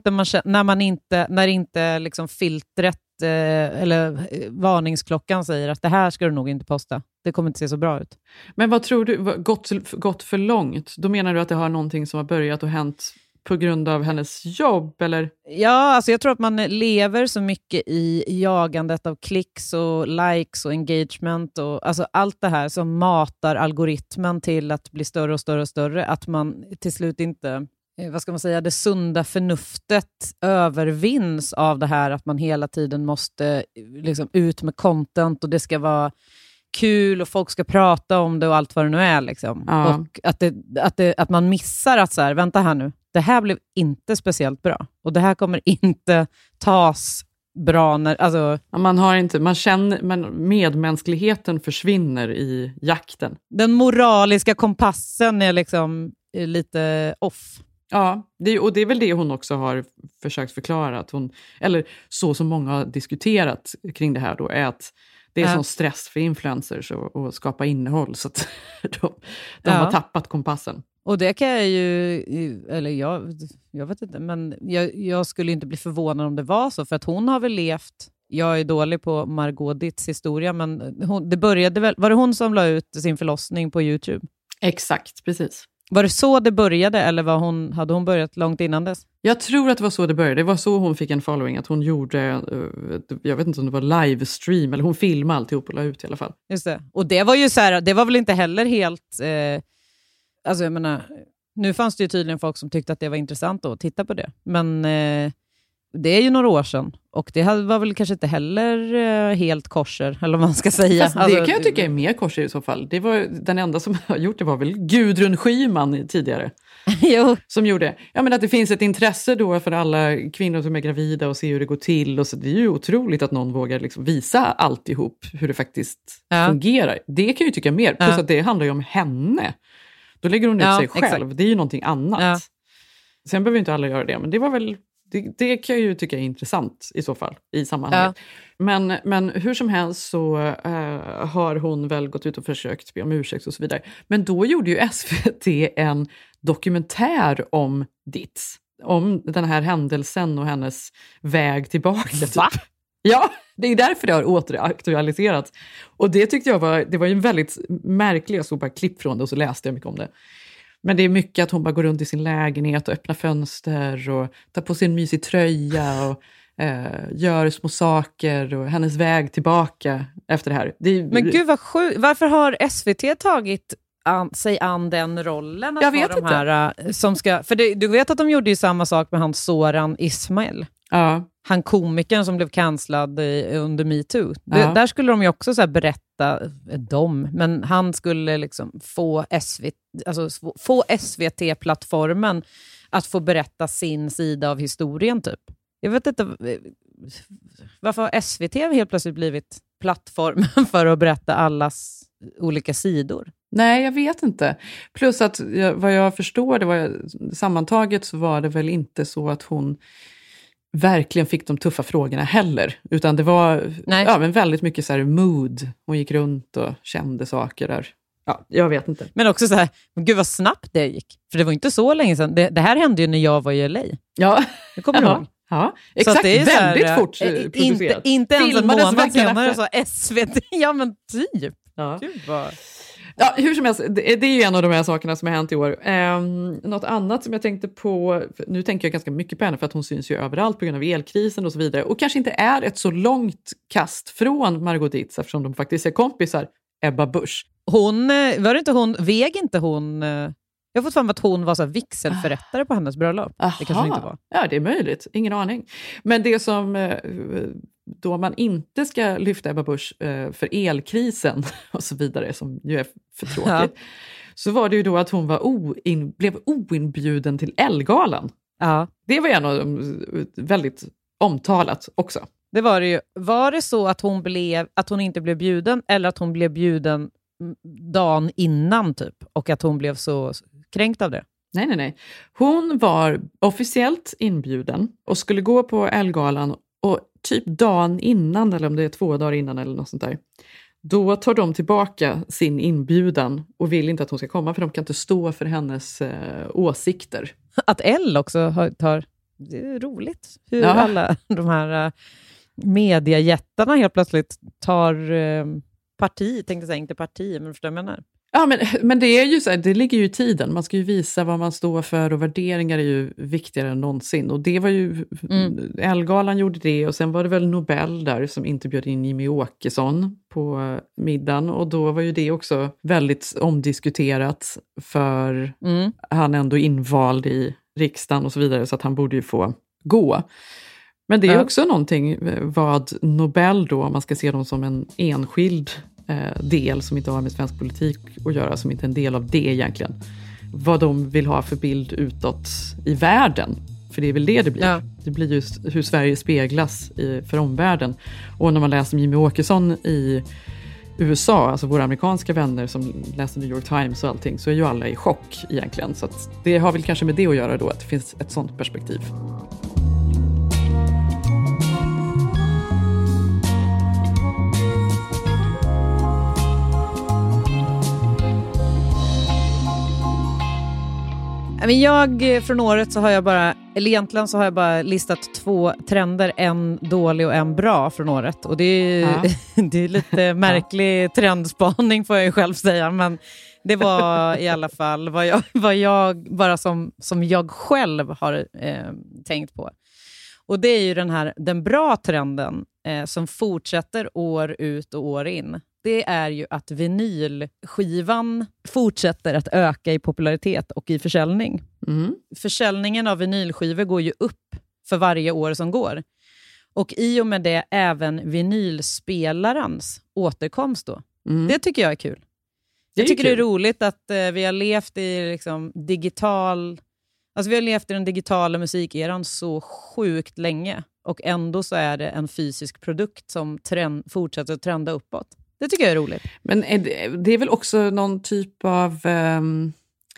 Speaker 7: när inte liksom filtret eller varningsklockan säger att det här ska du nog inte posta. Det kommer inte se så bra ut.
Speaker 6: Men vad tror du, gått för långt? Då menar du att det har någonting som har börjat och hänt på grund av hennes jobb, eller?
Speaker 7: Ja, alltså jag tror att man lever så mycket i jagandet av klicks och likes och engagement och alltså allt det här som matar algoritmen till att bli större och större och större, att man till slut inte, vad ska man säga, det sunda förnuftet övervinns av det här att man hela tiden måste liksom ut med content och det ska vara kul och folk ska prata om det och allt vad det nu är liksom. Ja. Och att man missar att så här, vänta här nu, det här blev inte speciellt bra. Och det här kommer inte tas bra när, alltså...
Speaker 6: Man känner, medmänskligheten försvinner i jakten.
Speaker 7: Den moraliska kompassen är liksom lite off.
Speaker 6: Ja, och det är väl det hon också har försökt förklara. Att hon, eller så som många har diskuterat kring det här då, är att det är sån stress för influencers att skapa innehåll så att de har tappat kompassen.
Speaker 7: Och det kan jag ju, eller jag vet inte, men jag skulle inte bli förvånad om det var så, för att hon har väl levt, jag är dålig på Margot Dietz historia, men det började väl, var det hon som la ut sin förlossning på YouTube?
Speaker 6: Exakt, precis.
Speaker 7: Var det så det började eller hade hon börjat långt innan dess?
Speaker 6: Jag tror att det var så det började. Det var så hon fick en following, att hon gjorde, jag vet inte om det var livestream eller hon filmade alltihop och la ut i alla fall.
Speaker 7: Just det. Och det var ju så här, det var väl inte heller helt, alltså jag menar, nu fanns det ju tydligen folk som tyckte att det var intressant att titta på det. Men det är ju några år sedan. Och det var väl kanske inte heller helt korser, eller vad man ska säga.
Speaker 6: Fast det kan jag tycka är mer korser i så fall. Det var, den enda som har gjort det var väl Gudrun Schyman tidigare.
Speaker 7: Jo.
Speaker 6: Som gjorde, att det finns ett intresse då för alla kvinnor som är gravida och se hur det går till. Och så, det är ju otroligt att någon vågar liksom visa alltihop hur det faktiskt fungerar. Det kan jag ju tycka mer. Plus att det handlar ju om henne. Då lägger hon ut sig själv. Exakt. Det är ju någonting annat. Ja. Sen behöver inte alla göra det, men det var väl Det kan jag ju tycka är intressant i så fall i sammanhanget. Ja. Men hur som helst så har hon väl gått ut och försökt be om ursäkt och så vidare. Men då gjorde ju SVT en dokumentär om Ditz. Om den här händelsen och hennes väg tillbaka.
Speaker 7: Va?
Speaker 6: Typ. Ja, det är därför det har återaktualiserats. Och det tyckte jag var ju en väldigt märklig, jag såg bara klipp från det och så läste jag mycket om det. Men det är mycket att hon bara går runt i sin lägenhet och öppnar fönster och tar på sig en mysig tröja och gör små saker och hennes väg tillbaka efter det här.
Speaker 7: Men gud vad sjukt. Varför har SVT tagit sig an den rollen?
Speaker 6: Jag vet
Speaker 7: inte. Här, som ska, för du vet att de gjorde ju samma sak med han Soran Ismail.
Speaker 6: Ja.
Speaker 7: Han komikern som blev cancellad under MeToo. Ja. Där skulle de ju också så här berätta, men han skulle liksom få SVT-plattformen att få berätta sin sida av historien typ. Jag vet inte, varför har SVT helt plötsligt blivit plattformen för att berätta allas olika sidor?
Speaker 6: Nej, jag vet inte. Plus att vad jag förstår, sammantaget så var det väl inte så att hon verkligen fick de tuffa frågorna heller. Utan det var men väldigt mycket så här mood. Hon gick runt och kände saker där. Ja, jag vet inte.
Speaker 7: Men också så här, gud vad snabbt det gick. För det var inte så länge sedan. Det här hände ju när jag var i LA.
Speaker 6: Ja.
Speaker 7: Det kommer du ihåg?
Speaker 6: Ja, exakt. Det är väldigt här, fort producerat.
Speaker 7: Inte ens en månad senare så SVT. Ja, men typ.
Speaker 6: Ja.
Speaker 7: Gud vad...
Speaker 6: Ja, hur som helst, det är ju en av de här sakerna som har hänt i år. Något annat som jag tänkte på, nu tänker jag ganska mycket på henne för att hon syns ju överallt på grund av elkrisen och så vidare. Och kanske inte är ett så långt kast från Margot Ditz eftersom de faktiskt är kompisar, Ebba Busch.
Speaker 7: Veg inte hon... Jag har fått fram att hon var så här vigselförrättare på hennes bröllop.
Speaker 6: Aha.
Speaker 7: Det kanske inte var.
Speaker 6: Ja, det är möjligt. Ingen aning. Men det som då man inte ska lyfta Ebba Busch för elkrisen och så vidare, som ju är för tråkigt, så var det ju då att hon blev oinbjuden till Ellegalan.
Speaker 7: Ja.
Speaker 6: Det var en av dem väldigt omtalat också.
Speaker 7: Det var det ju. Var det så att hon inte blev bjuden eller att hon blev bjuden dagen innan typ och att hon blev så kränkt av det?
Speaker 6: Nej. Hon var officiellt inbjuden och skulle gå på Ellegalan och typ dagen innan, eller om det är 2 dagar innan eller något sånt där, då tar de tillbaka sin inbjudan och vill inte att hon ska komma för de kan inte stå för hennes åsikter.
Speaker 7: Att Elle också tar... Det är roligt hur alla de här mediajättarna helt plötsligt tar parti, tänkte säga inte parti, men förstår jag menar.
Speaker 6: Ja, men det är ju så här, det ligger ju i tiden. Man ska ju visa vad man står för och värderingar är ju viktigare än någonsin. Och det var ju, Ellegalan gjorde det och sen var det väl Nobel där som inte bjöd in Jimmy Åkesson på middagen. Och då var ju det också väldigt omdiskuterat för han ändå invald i riksdagen och så vidare så att han borde ju få gå. Men det är också någonting vad Nobel då, om man ska se dem som en enskild del som inte har med svensk politik att göra, som inte är en del av det egentligen. Vad de vill ha för bild utåt i världen. För det är väl det blir. Ja. Det blir just hur Sverige speglas för omvärlden. Och när man läser om Jimmy Åkesson i USA, alltså våra amerikanska vänner som läser New York Times och allting, så är ju alla i chock egentligen. Så att det har väl kanske med det att göra då, att det finns ett sånt perspektiv.
Speaker 7: Men från året så har jag bara listat 2 trender, en dålig och en bra från året. Och det är lite märklig trendspaning får jag ju själv säga, men det var i alla fall vad jag bara som jag själv har tänkt på. Och det är ju den bra trenden som fortsätter år ut och år in. Det är ju att vinylskivan fortsätter att öka i popularitet och i försäljning. Försäljningen av vinylskivor går ju upp för varje år som går. Och i och med det även vinylspelarens återkomst då. Det tycker jag är kul. Jag tycker det är roligt att vi har levt i liksom vi har levt i den digitala musikeran så sjukt länge. Och ändå så är det en fysisk produkt som fortsätter att trenda uppåt. Det tycker jag är roligt.
Speaker 6: Men det är väl också någon typ av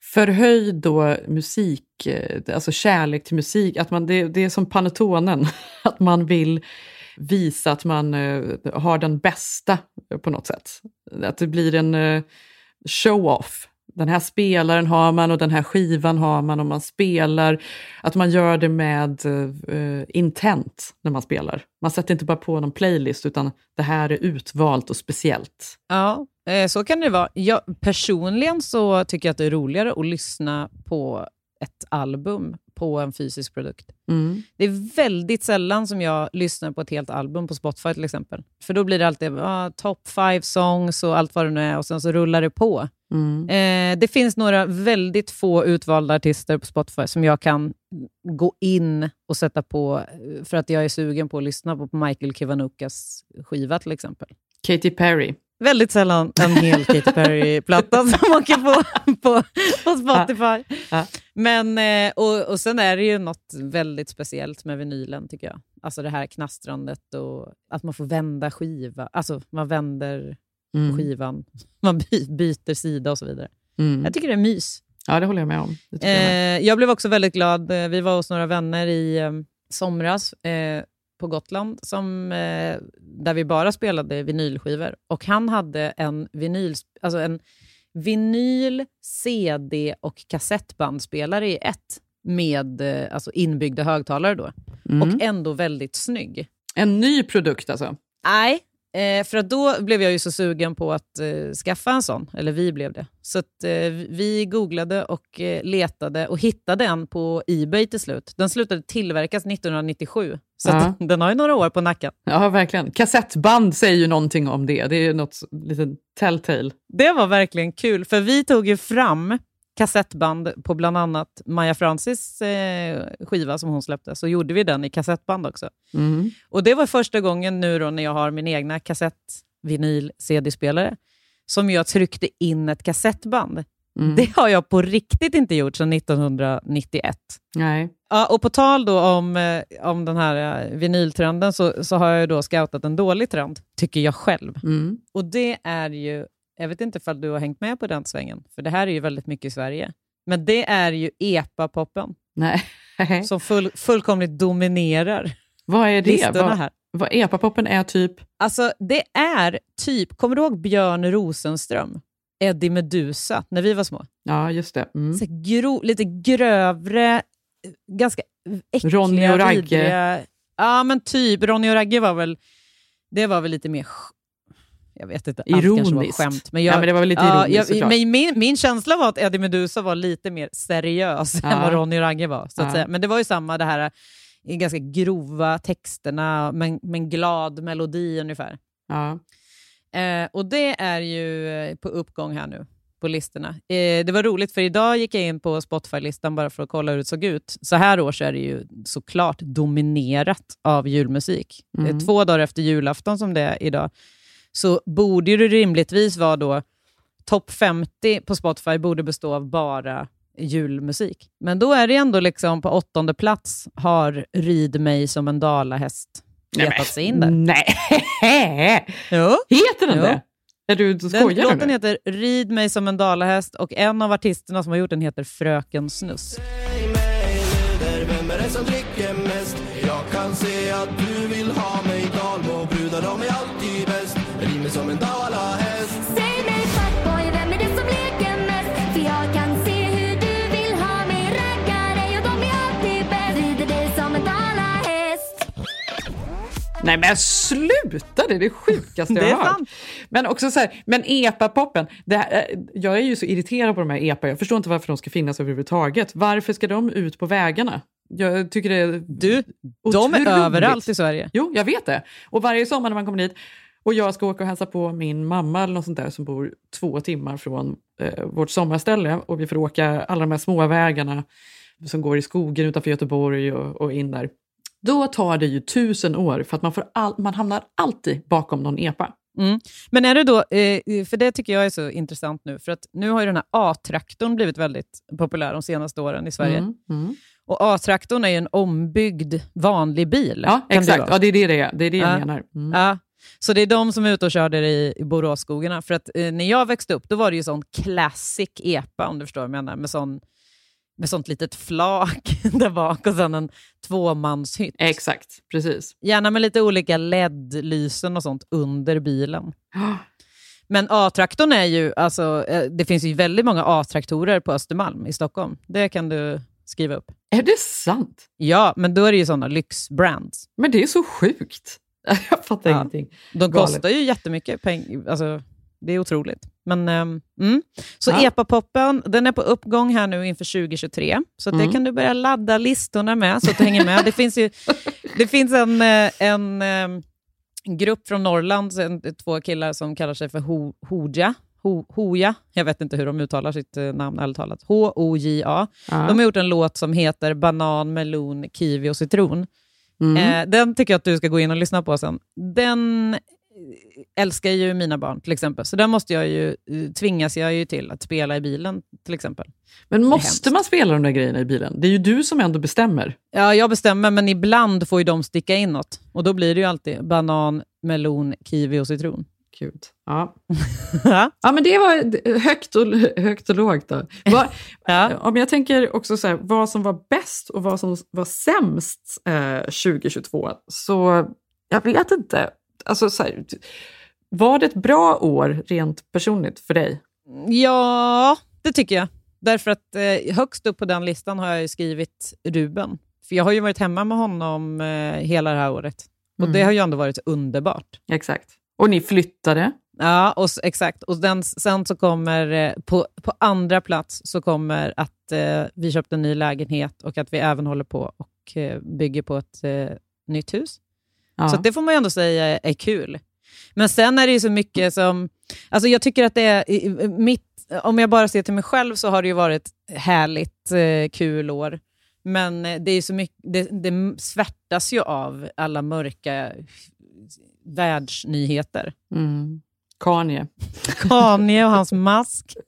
Speaker 6: Förhöj då musik, alltså kärlek till musik, att det är som Panettonen, att man vill visa att man har den bästa på något sätt. Att det blir en show-off. Den här spelaren har man och den här skivan har man och man spelar. Att man gör det med intent när man spelar. Man sätter inte bara på någon playlist utan det här är utvalt och speciellt.
Speaker 7: Ja, så kan det vara. Personligen så tycker jag att det är roligare att lyssna på ett album på en fysisk produkt.
Speaker 6: Mm.
Speaker 7: Det är väldigt sällan som jag lyssnar på ett helt album på Spotify till exempel. För då blir det alltid top 5 songs och allt vad det nu är och sen så rullar det på.
Speaker 6: Mm.
Speaker 7: Det finns några väldigt få utvalda artister på Spotify som jag kan gå in och sätta på för att jag är sugen på att lyssna på Michael Kiwanukas skiva till exempel.
Speaker 6: Katy Perry.
Speaker 7: Väldigt sällan en hel Katy Perry-platta som åker på Spotify.
Speaker 6: Ja.
Speaker 7: Men, och sen är det ju något väldigt speciellt med vinylen tycker jag. Alltså det här knastrandet och att man får vända skiva. Alltså man vänder skivan. Man byter sida och så vidare. Jag tycker det är mys.
Speaker 6: Ja, det håller jag med om.
Speaker 7: Jag blev också väldigt glad. Vi var hos några vänner i somras på Gotland där vi bara spelade vinylskivor. Och han hade en vinyl, CD och kassettbandspelare i ett med inbyggda högtalare då. Och ändå väldigt snygg.
Speaker 6: En ny produkt alltså?
Speaker 7: Nej, för att då blev jag ju så sugen på att skaffa en sån. Eller vi blev det. Så att vi googlade och letade och hittade en på eBay till slut. Den slutade tillverkas 1997. Så att den har ju några år på nacken.
Speaker 6: Ja, verkligen. Kassettband säger ju någonting om det. Det är något lite telltale.
Speaker 7: Det var verkligen kul. För vi tog ju fram kassettband på bland annat Maja Francis skiva som hon släppte. Så gjorde vi den i kassettband också.
Speaker 6: Mm.
Speaker 7: Och det var första gången nu då när jag har min egna kassett-vinyl-CD-spelare som jag tryckte in ett kassettband. Det har jag på riktigt inte gjort sedan 1991.
Speaker 6: Nej.
Speaker 7: Ja, och på tal då om den här vinyltrenden så har jag då scoutat en dålig trend, tycker jag själv. Och det är ju, jag vet inte ifall du har hängt med på den svängen, för det här är ju väldigt mycket i Sverige. Men det är ju EPA-poppen.
Speaker 6: Nej.
Speaker 7: Som fullkomligt dominerar.
Speaker 6: Vad är det?
Speaker 7: Här.
Speaker 6: Vad EPA-poppen är typ?
Speaker 7: Alltså det är typ, kommer du ihåg Björn Rosenström? Eddie Meduza, när vi var små.
Speaker 6: Ja, just det.
Speaker 7: Så lite grövre, ganska äckliga,
Speaker 6: Ronny och Ragge.
Speaker 7: vidriga. Ja, men typ. Ronny och Ragge var väl lite mer, jag vet inte,
Speaker 6: ironiskt.
Speaker 7: Var skämt. Men
Speaker 6: men det var väl lite ironiskt.
Speaker 7: Men min känsla var att Eddie Meduza var lite mer seriös än vad Ronny och Ragge var. Så att säga. Men det var ju samma det här i ganska grova texterna, men glad melodi ungefär.
Speaker 6: Ja.
Speaker 7: Och det är ju på uppgång här nu på listorna. Det var roligt för idag gick jag in på Spotify-listan bara för att kolla hur det såg ut. Så här års är det ju såklart dominerat av julmusik. 2 dagar efter julafton som det är idag så borde det rimligtvis vara då topp 50 på Spotify borde bestå av bara julmusik. Men då är det ändå liksom på 8:e plats har Rid mig som en dalahäst letat sig in där.
Speaker 6: Nej.
Speaker 7: Jo.
Speaker 6: Heter den det? Är du skojar?
Speaker 7: Den låten heter Rid mig som en dalahäst och en av artisterna som har gjort den heter Fröken Snuss.
Speaker 13: Säg mig nu, vem är det som dricker mest? Jag kan se att du vill ha mig dalmo, brudar de är alltid bäst. Rid mig som en dalahäst.
Speaker 14: Säg mig fuckboy, vem är det som leker mest? För jag kan se hur du vill ha mig, raggare och de är alltid bäst. Rider dig som en dalahäst.
Speaker 6: Nej men sluta, det är det sjukaste jag
Speaker 7: Det är
Speaker 6: har hört.
Speaker 7: sant.
Speaker 6: Men också så här, men EPA-poppen, jag är ju så irriterad på de här EPA, jag förstår inte varför de ska finnas överhuvudtaget. Varför ska de ut på vägarna? Jag tycker det är
Speaker 7: de är överallt i Sverige.
Speaker 6: Jo, jag vet det. Och varje sommar när man kommer dit och jag ska åka och hälsa på min mamma eller något sånt där som bor 2 timmar från vårt sommarställe och vi får åka alla de här små vägarna som går i skogen utanför Göteborg och in där. Då tar det ju 1000 år för att man hamnar alltid bakom någon EPA.
Speaker 7: Men är det då, för det tycker jag är så intressant nu, för att nu har ju den här A-traktorn blivit väldigt populär de senaste åren i Sverige. Och A-traktorn är ju en ombyggd vanlig bil.
Speaker 6: Ja, exakt. Ja, det är det jag menar.
Speaker 7: Ja. Så det är de som är ute och körde det i Boråsskogarna. För att när jag växte upp, då var det ju sån classic epa, om du förstår vad jag menar. Med sånt litet flak där bak och sen en 2-manshytt.
Speaker 6: Exakt, precis.
Speaker 7: Gärna med lite olika LED-lysen och sånt under bilen. Men A-traktorn är ju, alltså, det finns ju väldigt många A-traktorer på Östermalm i Stockholm. Det kan du skriva upp.
Speaker 6: Är det sant?
Speaker 7: Ja, men då är det ju sådana lyxbrands.
Speaker 6: Men det är så sjukt. Jag fattar ingenting.
Speaker 7: De kostar ju jättemycket pengar. Alltså, det är otroligt. Men, Så EPA-poppen, den är på uppgång här nu inför 2023. Så det kan du börja ladda listorna med så att du hänger med. Det finns en grupp från Norrland, 2 killar som kallar sig för Hoja. Jag vet inte hur de uttalar sitt namn ärligt talat. Hoja. De har gjort en låt som heter Banan, melon, kiwi och citron. Den tycker jag att du ska gå in och lyssna på sen. Den älskar ju mina barn till exempel. Så där måste tvingas jag ju till att spela i bilen till exempel.
Speaker 6: Men måste man spela de där grejerna i bilen? Det är ju du som ändå bestämmer.
Speaker 7: Ja, jag bestämmer, men ibland får ju de sticka in något. Och då blir det ju alltid banan, melon, kiwi och citron.
Speaker 6: Gud. Ja. Ja, men det var högt och lågt då. Om jag tänker också så här, vad som var bäst och vad som var sämst 2022, så jag vet inte. Alltså så här, var det ett bra år rent personligt för dig? Ja, det tycker jag. Därför att högst upp på den listan har jag ju skrivit Ruben. För jag har ju varit hemma med honom hela det här året. Och det har ju ändå varit underbart. Exakt. Och ni flyttade?
Speaker 7: Ja, exakt. Och sen så kommer på andra plats så kommer att vi köpte en ny lägenhet och att vi även håller på och bygger på ett nytt hus. Ja. Så det får man ju ändå säga är kul. Men sen är det ju så mycket som... Alltså jag tycker att det är... om jag bara ser till mig själv så har det ju varit härligt kul år. Men det är så mycket... Det svärtas ju av alla mörka världsnyheter. Kanye och hans mask.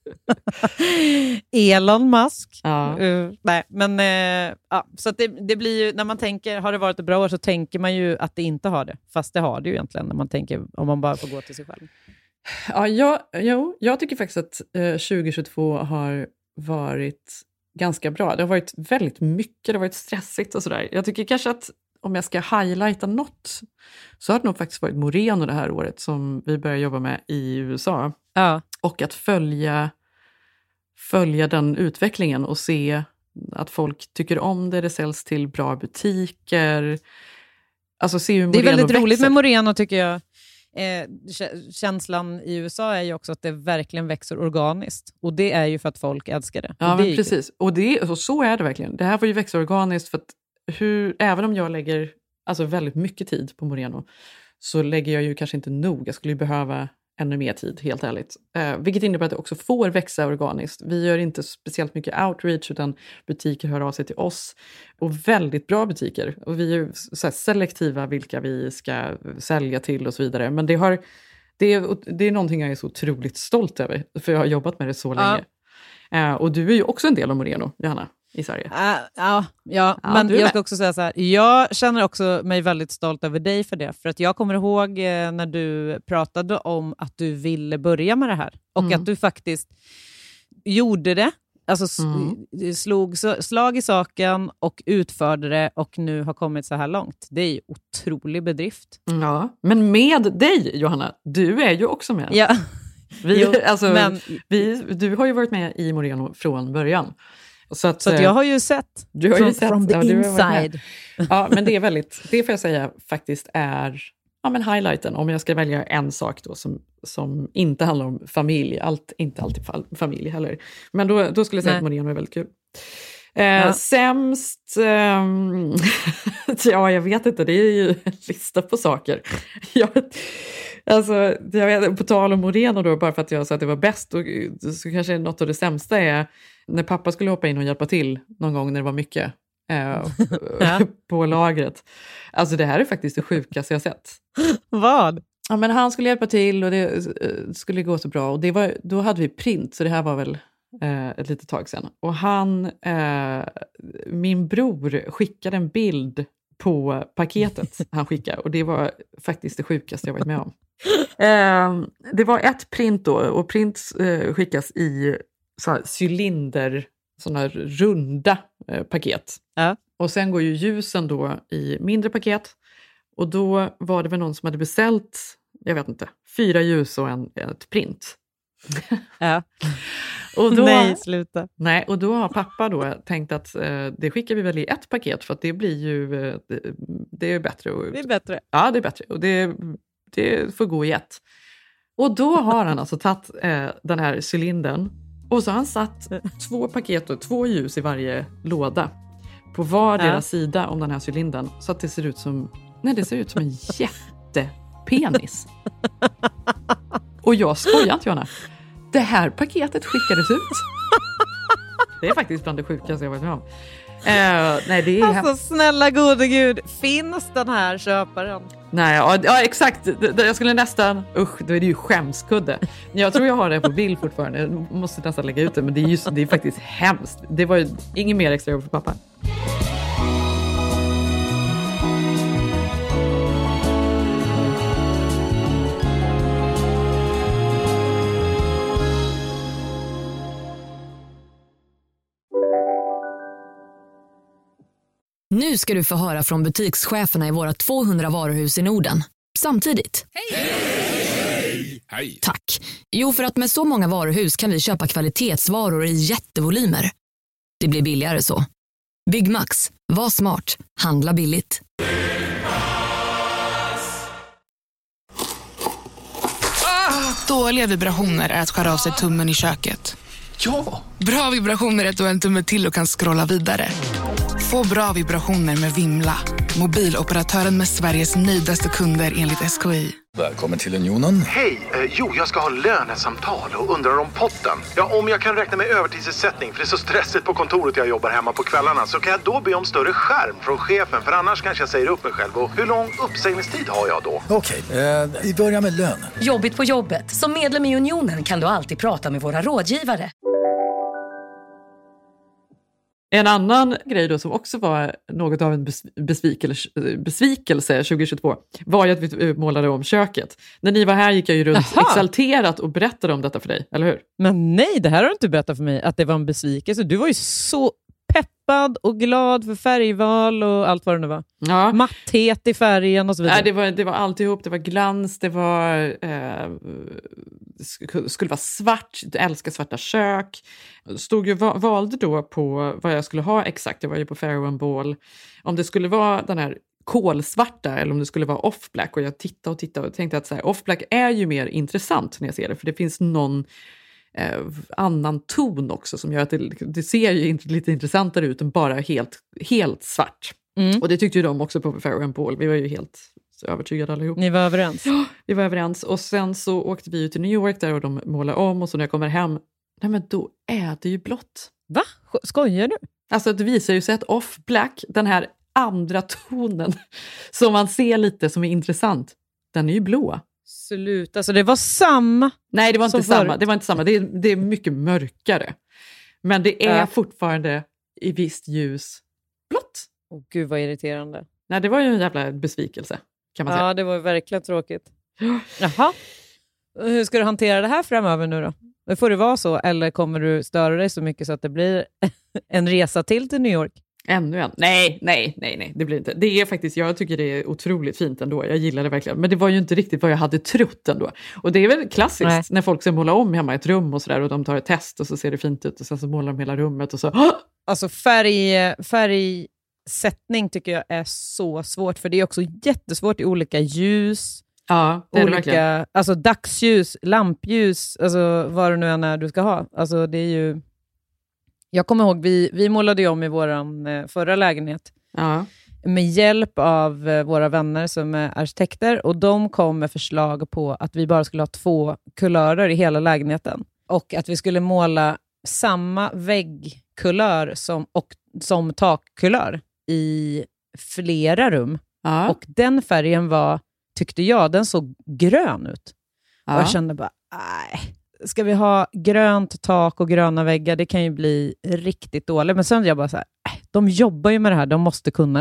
Speaker 7: Elon Musk. Nej, men så att det blir ju, när man tänker, har det varit ett bra år, så tänker man ju att det inte har det. Fast det har det ju egentligen när man tänker, om man bara får gå till sig själv.
Speaker 6: Jag tycker faktiskt att 2022 har varit ganska bra. Det har varit väldigt mycket, det har varit stressigt och sådär. Jag tycker kanske att om jag ska highlighta något, så har det nog faktiskt varit Moreno det här året som vi börjar jobba med i USA. Ja. Och att följa den utvecklingen och se att folk tycker om det säljs till bra butiker. Alltså se hur Moreno
Speaker 7: det är väldigt
Speaker 6: växer.
Speaker 7: Roligt med Moreno tycker jag. Känslan i USA är ju också att det verkligen växer organiskt. Och det är ju för att folk älskar det.
Speaker 6: Ja,
Speaker 7: det
Speaker 6: men precis. Och så är det verkligen. Det här får ju växa organiskt för att även om jag lägger väldigt mycket tid på Moreno, så lägger jag ju kanske inte nog. Jag skulle ju behöva ännu mer tid, helt ärligt. Vilket innebär att det också får växa organiskt. Vi gör inte speciellt mycket outreach, utan butiker hör av sig till oss. Och väldigt bra butiker. Och vi är så här selektiva vilka vi ska sälja till och så vidare. Men det är någonting jag är så otroligt stolt över. För jag har jobbat med det så länge. Och du är ju också en del av Moreno, Johanna, i Sverige.
Speaker 7: Men jag ska också säga så här. Jag känner också mig väldigt stolt över dig för det. För att jag kommer ihåg när du pratade om att du ville börja med det här. Och att du faktiskt gjorde det. Alltså slog slag i saken och utförde det. Och nu har kommit så här långt. Det är ju otrolig bedrift.
Speaker 6: Ja, men med dig, Johanna. Du är ju också med.
Speaker 7: Ja.
Speaker 6: Du har ju varit med i Moreno från början. Så att
Speaker 7: jag har ju sett.
Speaker 6: Du har ju sett.
Speaker 7: From the inside.
Speaker 6: Ja, men det får jag säga faktiskt är highlighten. Om jag ska välja en sak då som inte handlar om familj. Inte alltid familj heller. Men då skulle jag säga att Moreno är väldigt kul. Sämst... jag vet inte. Det är ju en lista på saker. Jag vet, på tal om Moreno då, bara för att jag sa att det var bäst, så kanske något av det sämsta är när pappa skulle hoppa in och hjälpa till någon gång när det var mycket på lagret. Alltså det här är faktiskt det sjukaste jag sett.
Speaker 7: Vad?
Speaker 6: Ja, men han skulle hjälpa till och det skulle gå så bra. Och då hade vi print, så det här var väl ett litet tag sedan. Och min bror skickade en bild på paketet han skickade. Och det var faktiskt det sjukaste jag varit med om. Det var ett print då, och print skickas i så här cylinder, sådana här runda paket.
Speaker 7: Ja.
Speaker 6: Och sen går ju ljusen då i mindre paket. Och då var det väl någon som hade beställt, jag vet inte, 4 ljus och ett print.
Speaker 7: Ja.
Speaker 6: Och då,
Speaker 7: nej, sluta.
Speaker 6: Nej, och då har pappa då tänkt att det skickar vi väl i ett paket, för att det blir ju det är bättre.
Speaker 7: Det är bättre.
Speaker 6: Ja, det är bättre. Och det får gå i ett. Och då har han alltså tagit den här cylindern, och så har han satt 2 paket och 2 ljus i varje låda på vardera sida om den här cylindern, så att det ser ut som en jättepenis. Och jag skojar inte, Johanna. Det här paketet skickades ut. Det är faktiskt bland det sjukaste jag varit med om. Nej, det är
Speaker 7: alltså snälla gode gud, finns den här köparen?
Speaker 6: Nej, ja exakt. Jag skulle nästan, då är det ju skämskudde. Jag tror jag har det på bild fortfarande. Jag måste nästan lägga ut det, men det är faktiskt hemskt. Det var ju inget mer extra jobb för pappa.
Speaker 15: Nu ska du få höra från butikscheferna i våra 200 varuhus i Norden. Samtidigt.
Speaker 4: Hej! Hej!
Speaker 15: Tack. Jo, för att med så många varuhus kan vi köpa kvalitetsvaror i jättevolymer. Det blir billigare så. Byggmax. Var smart. Handla billigt.
Speaker 16: Dåliga vibrationer är att skära av sig tummen i köket.
Speaker 11: Ja!
Speaker 16: Bra vibrationer är att du har en tumme till och kan scrolla vidare. Få bra vibrationer med Vimla. Mobiloperatören med Sveriges nöjdaste kunder enligt SKI.
Speaker 11: Välkommen till Unionen.
Speaker 17: Hej, jag ska ha lönesamtal och undrar om potten. Ja, om jag kan räkna med övertidsersättning för det är så stressigt på kontoret jag jobbar hemma på kvällarna, så kan jag då be om större skärm från chefen, för annars kanske jag säger upp mig själv. Och hur lång uppsägningstid har jag då?
Speaker 11: Okej, vi börjar med lön.
Speaker 18: Jobbigt på jobbet. Som medlem i Unionen kan du alltid prata med våra rådgivare.
Speaker 6: En annan grej då som också var något av en besvikelse 2022 var ju att vi målade om köket. När ni var här gick jag ju runt exalterat och berättade om detta för dig, eller hur?
Speaker 7: Men nej, det här har du inte berättat för mig, att det var en besvikelse. Du var ju så peppad och glad för färgval och allt vad det nu var.
Speaker 6: Ja.
Speaker 7: Matthet i färgen och så vidare.
Speaker 6: Nej, det var alltihop. Det var glans, det var skulle vara svart. Jag älskar svarta kök. Valde då på vad jag skulle ha exakt. Jag var ju på Fair & Ball. Om det skulle vara den här kolsvarta eller om det skulle vara off-black. Och jag tittade och tänkte att så här, off-black är ju mer intressant när jag ser det. För det finns någon annan ton också som gör att det ser ju lite intressantare ut än bara helt svart. Och det tyckte ju de också på Fair & Ball. Vi var ju helt övertygade allihop.
Speaker 7: Ni var överens?
Speaker 6: Ja, vi var överens. Och sen så åkte vi ut till New York där och de målade om. Och så när jag kommer hem, nej men då är det ju blått.
Speaker 7: Va? Skojar du?
Speaker 6: Alltså det visar ju sig att off-black, den här andra tonen som man ser lite som är intressant, den är ju blå.
Speaker 7: Sluta, alltså det var samma.
Speaker 6: Nej, det var inte samma. Det var inte samma. Det är mycket mörkare. Men det är fortfarande i visst ljus blått.
Speaker 7: Åh gud vad irriterande.
Speaker 6: Nej, det var ju en jävla besvikelse kan man säga.
Speaker 7: Ja, det var verkligen tråkigt. Jaha. Hur ska du hantera det här framöver nu då? Får det vara så, eller kommer du störa dig så mycket så att det blir en resa till New York?
Speaker 6: Ännu en? Nej, det blir inte. Det är faktiskt, jag tycker det är otroligt fint ändå. Jag gillar det verkligen. Men det var ju inte riktigt vad jag hade trott ändå. Och det är väl klassiskt när folk ska måla om hemma ett rum och sådär och de tar ett test och så ser det fint ut och sen så målar de hela rummet och så.
Speaker 7: Alltså färgsättning tycker jag är så svårt, för det är också jättesvårt i olika ljus.
Speaker 6: Ja, det är
Speaker 7: olika,
Speaker 6: det verkligen.
Speaker 7: alltså dagsljus, lampljus, alltså vad det nu än är du ska ha. Alltså det är ju... Jag kommer ihåg, vi målade ju om i våran förra lägenhet.
Speaker 6: Ja.
Speaker 7: Med hjälp av våra vänner som är arkitekter. Och de kom med förslag på att vi bara skulle ha 2 kulörer i hela lägenheten. Och att vi skulle måla samma väggkulör som takkulör i flera rum.
Speaker 6: Ja.
Speaker 7: Och den färgen tyckte jag, den såg grön ut.
Speaker 6: Ja.
Speaker 7: Och jag kände bara, nej. Ska vi ha grönt tak och gröna väggar? Det kan ju bli riktigt dåligt. Men sen jag bara så här, de jobbar ju med det här. De måste kunna det.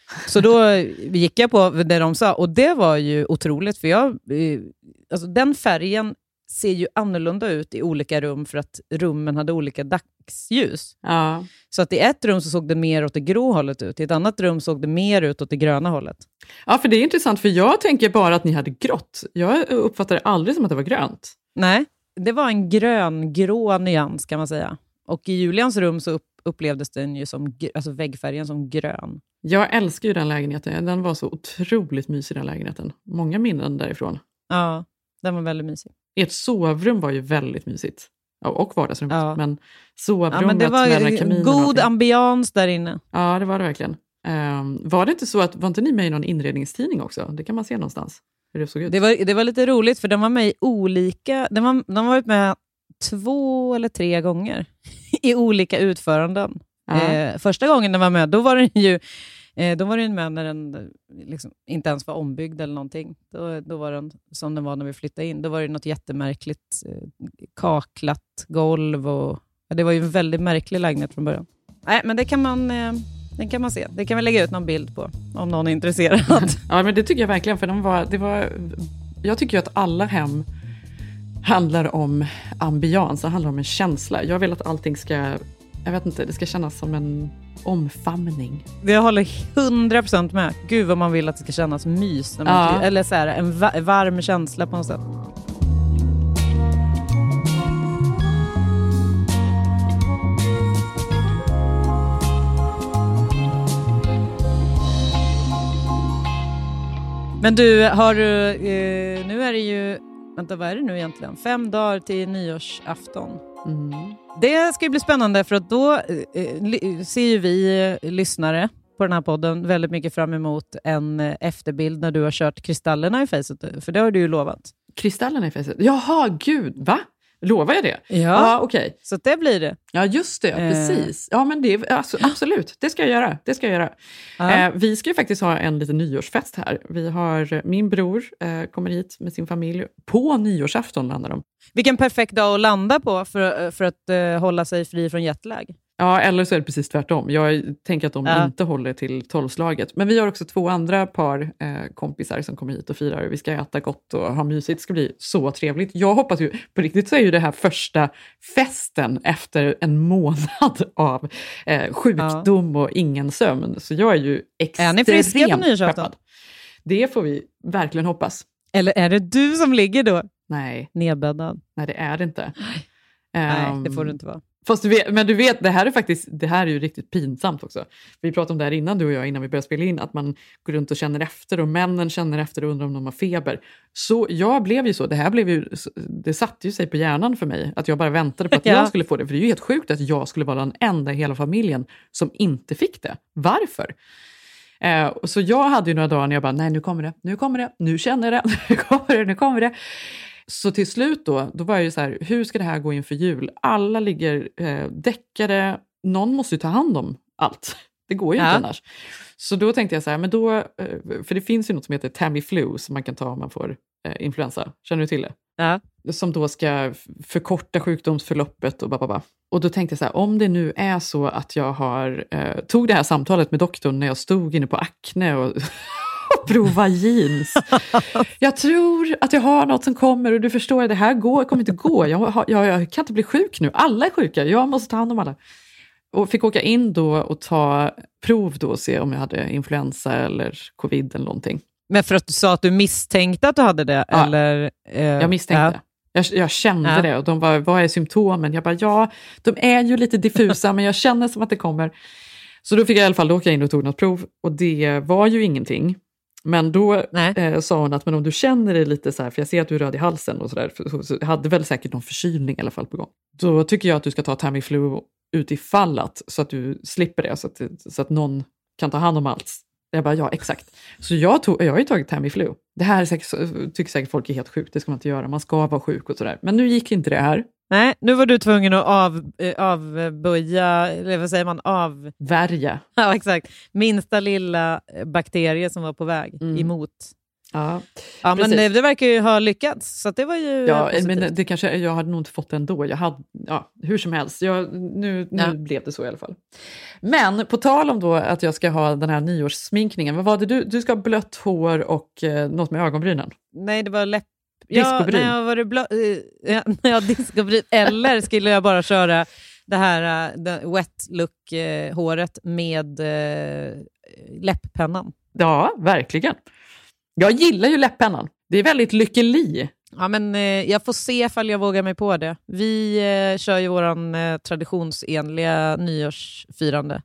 Speaker 7: Så då gick jag på det de sa och det var ju otroligt för alltså den färgen ser ju annorlunda ut i olika rum för att rummen hade olika dagsljus.
Speaker 6: Ja.
Speaker 7: Så att i ett rum så såg det mer åt det grå hållet ut. I ett annat rum såg det mer ut åt det gröna hållet.
Speaker 6: Ja, för det är intressant för jag tänker bara att ni hade grått. Jag uppfattade aldrig som att det var grönt.
Speaker 7: Nej, det var en grön-grå nyans kan man säga. Och i Julians rum så upplevdes den ju som alltså väggfärgen som grön.
Speaker 6: Jag älskar ju den lägenheten. Den var så otroligt mysig den lägenheten. Många minnen därifrån.
Speaker 7: Ja, den var väldigt mysig.
Speaker 6: Ert sovrum var ju väldigt mysigt. Ja, och vardagsrummet.
Speaker 7: Ja.
Speaker 6: Men sovrummet
Speaker 7: ja, men det var god ambians där inne.
Speaker 6: Ja, det var det verkligen. Var det inte så att, var inte ni med i någon inredningstidning också? Det kan man se någonstans. Hur det såg ut.
Speaker 7: Det var lite roligt för de var med i olika... De har varit med 2 eller 3 gånger i olika utföranden. Första gången den var med, då var den ju... Då var den med när den liksom inte ens var ombyggd eller någonting. Då var den som den var när vi flyttade in. Då var det något jättemärkligt kaklat golv. Och, ja, det var ju en väldigt märklig lägenhet från början. Nej, men det kan man se. Det kan vi lägga ut någon bild på om någon är intresserad.
Speaker 6: Ja, men det tycker jag verkligen. För jag tycker ju att alla hem handlar om ambians. Det handlar om en känsla. Jag vill att allting ska... Jag vet inte, det ska kännas som en omfamning.
Speaker 7: Jag håller 100% med. Gud vad man vill att det ska kännas mys. När man eller så här, en varm känsla på något sätt. Men du, nu är det ju... Vänta, vad är det nu egentligen? 5 dagar till nyårsafton.
Speaker 6: Mm.
Speaker 7: Det ska ju bli spännande för att då ser ju vi lyssnare på den här podden väldigt mycket fram emot en efterbild när du har kört kristallerna i facet. För det har du ju lovat.
Speaker 6: Kristallerna i facet? Jaha, gud, va? Lovar jag det?
Speaker 7: Ja,
Speaker 6: okej.
Speaker 7: Så det blir det.
Speaker 6: Ja, just det, precis. Ja, men det alltså, absolut, det ska jag göra. Vi ska ju faktiskt ha en liten nyårsfest här. Vi har, min bror kommer hit med sin familj. På nyårsafton landar de.
Speaker 7: Vilken perfekt dag att landa på för att hålla sig fri från jetlag.
Speaker 6: Ja, eller så är det precis tvärtom. Jag tänker att de inte håller till 12-slaget. Men vi har också 2 andra par kompisar som kommer hit och firar. Vi ska äta gott och ha mysigt. Det ska bli så trevligt. Jag hoppas ju, på riktigt så är ju det här första festen efter en månad av sjukdom och ingen sömn. Så jag är ju extremt
Speaker 7: Är ni friska på nyårsafton?
Speaker 6: peppad. Det får vi verkligen hoppas.
Speaker 7: Eller är det du som ligger då?
Speaker 6: Nej.
Speaker 7: Nedbäddad?
Speaker 6: Nej, det är det inte.
Speaker 7: Nej, det får det inte vara.
Speaker 6: Fast du vet, det här är ju riktigt pinsamt också. Vi pratade om det här innan du och jag, innan vi började spela in, att man går runt och känner efter och männen känner efter och undrar om de har feber. Så jag blev ju så, det satte ju sig på hjärnan för mig att jag bara väntade på att jag skulle få det. För det är ju helt sjukt att jag skulle vara den enda i hela familjen som inte fick det. Varför? Så jag hade ju några dagar när jag bara, nej nu kommer det, nu känner jag det, nu kommer det. Så till slut då var jag ju så här, hur ska det här gå inför jul? Alla ligger däckade, någon måste ju ta hand om allt. Det går ju inte annars. Så då tänkte jag så här, men då, för det finns ju något som heter Tamiflu som man kan ta om man får influensa. Känner du till det?
Speaker 7: Ja.
Speaker 6: Som då ska förkorta sjukdomsförloppet och bababa. Och då tänkte jag så här, om det nu är så att jag tog det här samtalet med doktorn när jag stod inne på Acne och prova jeans. Jag tror att jag har något som kommer och du förstår, det här kommer inte gå. Jag kan inte bli sjuk nu. Alla är sjuka. Jag måste ta hand om alla. Och fick åka in då och ta prov då och se om jag hade influensa eller covid eller någonting.
Speaker 7: Men för att du sa att du misstänkte att du hade det?
Speaker 6: Ja,
Speaker 7: eller,
Speaker 6: jag misstänkte. Jag kände det och de var, vad är symptomen? Jag bara, de är ju lite diffusa men jag känner som att det kommer. Så då fick jag i alla fall åka in och tog något prov och det var ju ingenting. Men då sa hon att men om du känner dig lite så här, för jag ser att du är röd i halsen och sådär, så jag hade väl säkert någon förkylning i alla fall på gång. Då tycker jag att du ska ta Tamiflu utifall så att du slipper det, så att någon kan ta hand om allt. Jag bara, ja exakt. Så jag har ju tagit Tamiflu. Det här tycker säkert folk är helt sjukt, det ska man inte göra, man ska vara sjuk och sådär. Men nu gick inte det här.
Speaker 7: Nej, nu var du tvungen att avböja, eller vad säger man,
Speaker 6: avvärja.
Speaker 7: Ja, exakt. Minsta lilla bakterie som var på väg emot.
Speaker 6: Ja,
Speaker 7: men det verkar ju ha lyckats. Så det var ju positivt.
Speaker 6: Men det kanske, jag hade nog inte fått det ändå. Jag hade, hur som helst. Nu blev det så i alla fall. Men på tal om då att jag ska ha den här nyårssminkningen. Vad var det du ska ha blött hår och något med ögonbrynen?
Speaker 7: Nej, det var
Speaker 6: diskobryn.
Speaker 7: När jag diskobryn. Eller skulle jag bara köra det här wet look-håret med läpppennan.
Speaker 6: Ja, verkligen. Jag gillar ju läpppennan. Det är väldigt lycklig.
Speaker 7: Ja, men jag får se ifall jag vågar mig på det. Vi kör ju våran traditionsenliga nyårsfirande.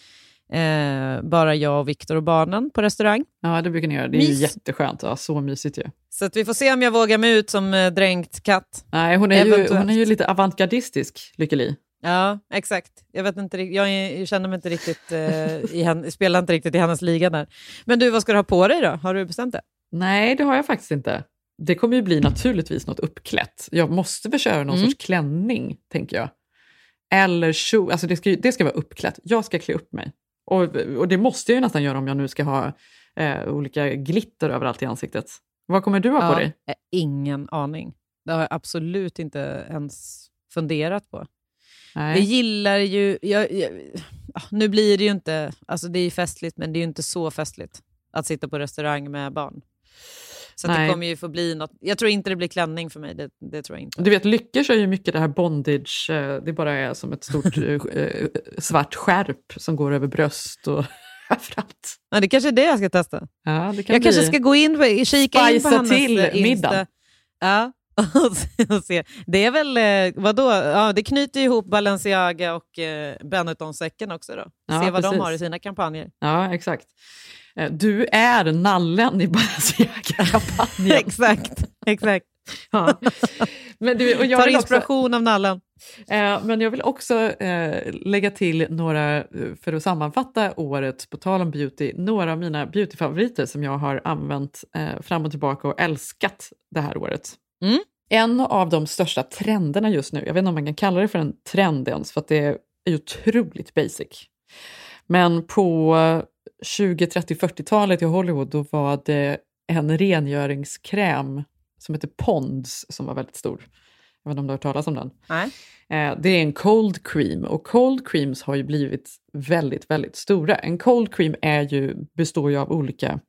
Speaker 7: Bara jag och Victor och barnen på restaurang.
Speaker 6: Ja, det brukar ni göra. Det är ju jätteskönt. Ja, så mysigt ju.
Speaker 7: Så att vi får se om jag vågar mig ut som dränkt katt.
Speaker 6: Nej, hon är ju lite avantgardistisk, lycklig.
Speaker 7: Ja, exakt. Jag vet inte, jag känner mig inte riktigt spelar inte riktigt i hennes liga där. Men du, vad ska du ha på dig då? Har du bestämt det?
Speaker 6: Nej, det har jag faktiskt inte. Det kommer ju bli naturligtvis något uppklätt. Jag måste väl köra någon sorts klänning, tänker jag. Eller kjol, alltså det ska vara uppklätt. Jag ska klä upp mig. Och det måste jag ju nästan göra om jag nu ska ha olika glitter överallt i ansiktet. Vad kommer du ha på dig?
Speaker 7: Ingen aning. Det har jag absolut inte ens funderat på.
Speaker 6: Nej.
Speaker 7: Jag gillar ju... nu blir det ju inte... Alltså det är ju festligt, men det är ju inte så festligt att sitta på restaurang med barn. Så det kommer ju få bli något... Jag tror inte det blir klänning för mig, det tror jag inte.
Speaker 6: Du vet, Lyckor kör ju mycket det här bondage. Det bara är som ett stort svart skärp som går över bröst och överallt.
Speaker 7: Ja, det kanske är det jag ska testa.
Speaker 6: Ja, det kan
Speaker 7: jag kanske ska gå in och kika in på hennes
Speaker 6: till middag.
Speaker 7: Ja. Och se. Det är väl, vadå? Ja, det knyter ihop Balenciaga och Benetton-säcken också då.
Speaker 6: Ja,
Speaker 7: se vad
Speaker 6: precis.
Speaker 7: de har i sina kampanjer.
Speaker 6: Ja, exakt. Du är nallen i Balenciaga-kampanjen.
Speaker 7: exakt.
Speaker 6: Ja. Men du, och jag
Speaker 7: tar inspiration av nallen.
Speaker 6: Men jag vill också lägga till några, för att sammanfatta året, på tal om beauty, några av mina beautyfavoriter som jag har använt fram och tillbaka och älskat det här året. En av de största trenderna just nu, jag vet inte om man kan kalla det för en trend ens, för att det är ju otroligt basic. Men på 20, 30, 40-talet i Hollywood, då var det en rengöringskräm som heter Ponds som var väldigt stor. Jag vet inte om du har hört talas om den.
Speaker 7: Nej.
Speaker 6: Det är en cold cream, och cold creams har ju blivit väldigt, väldigt stora. En cold cream består ju av olika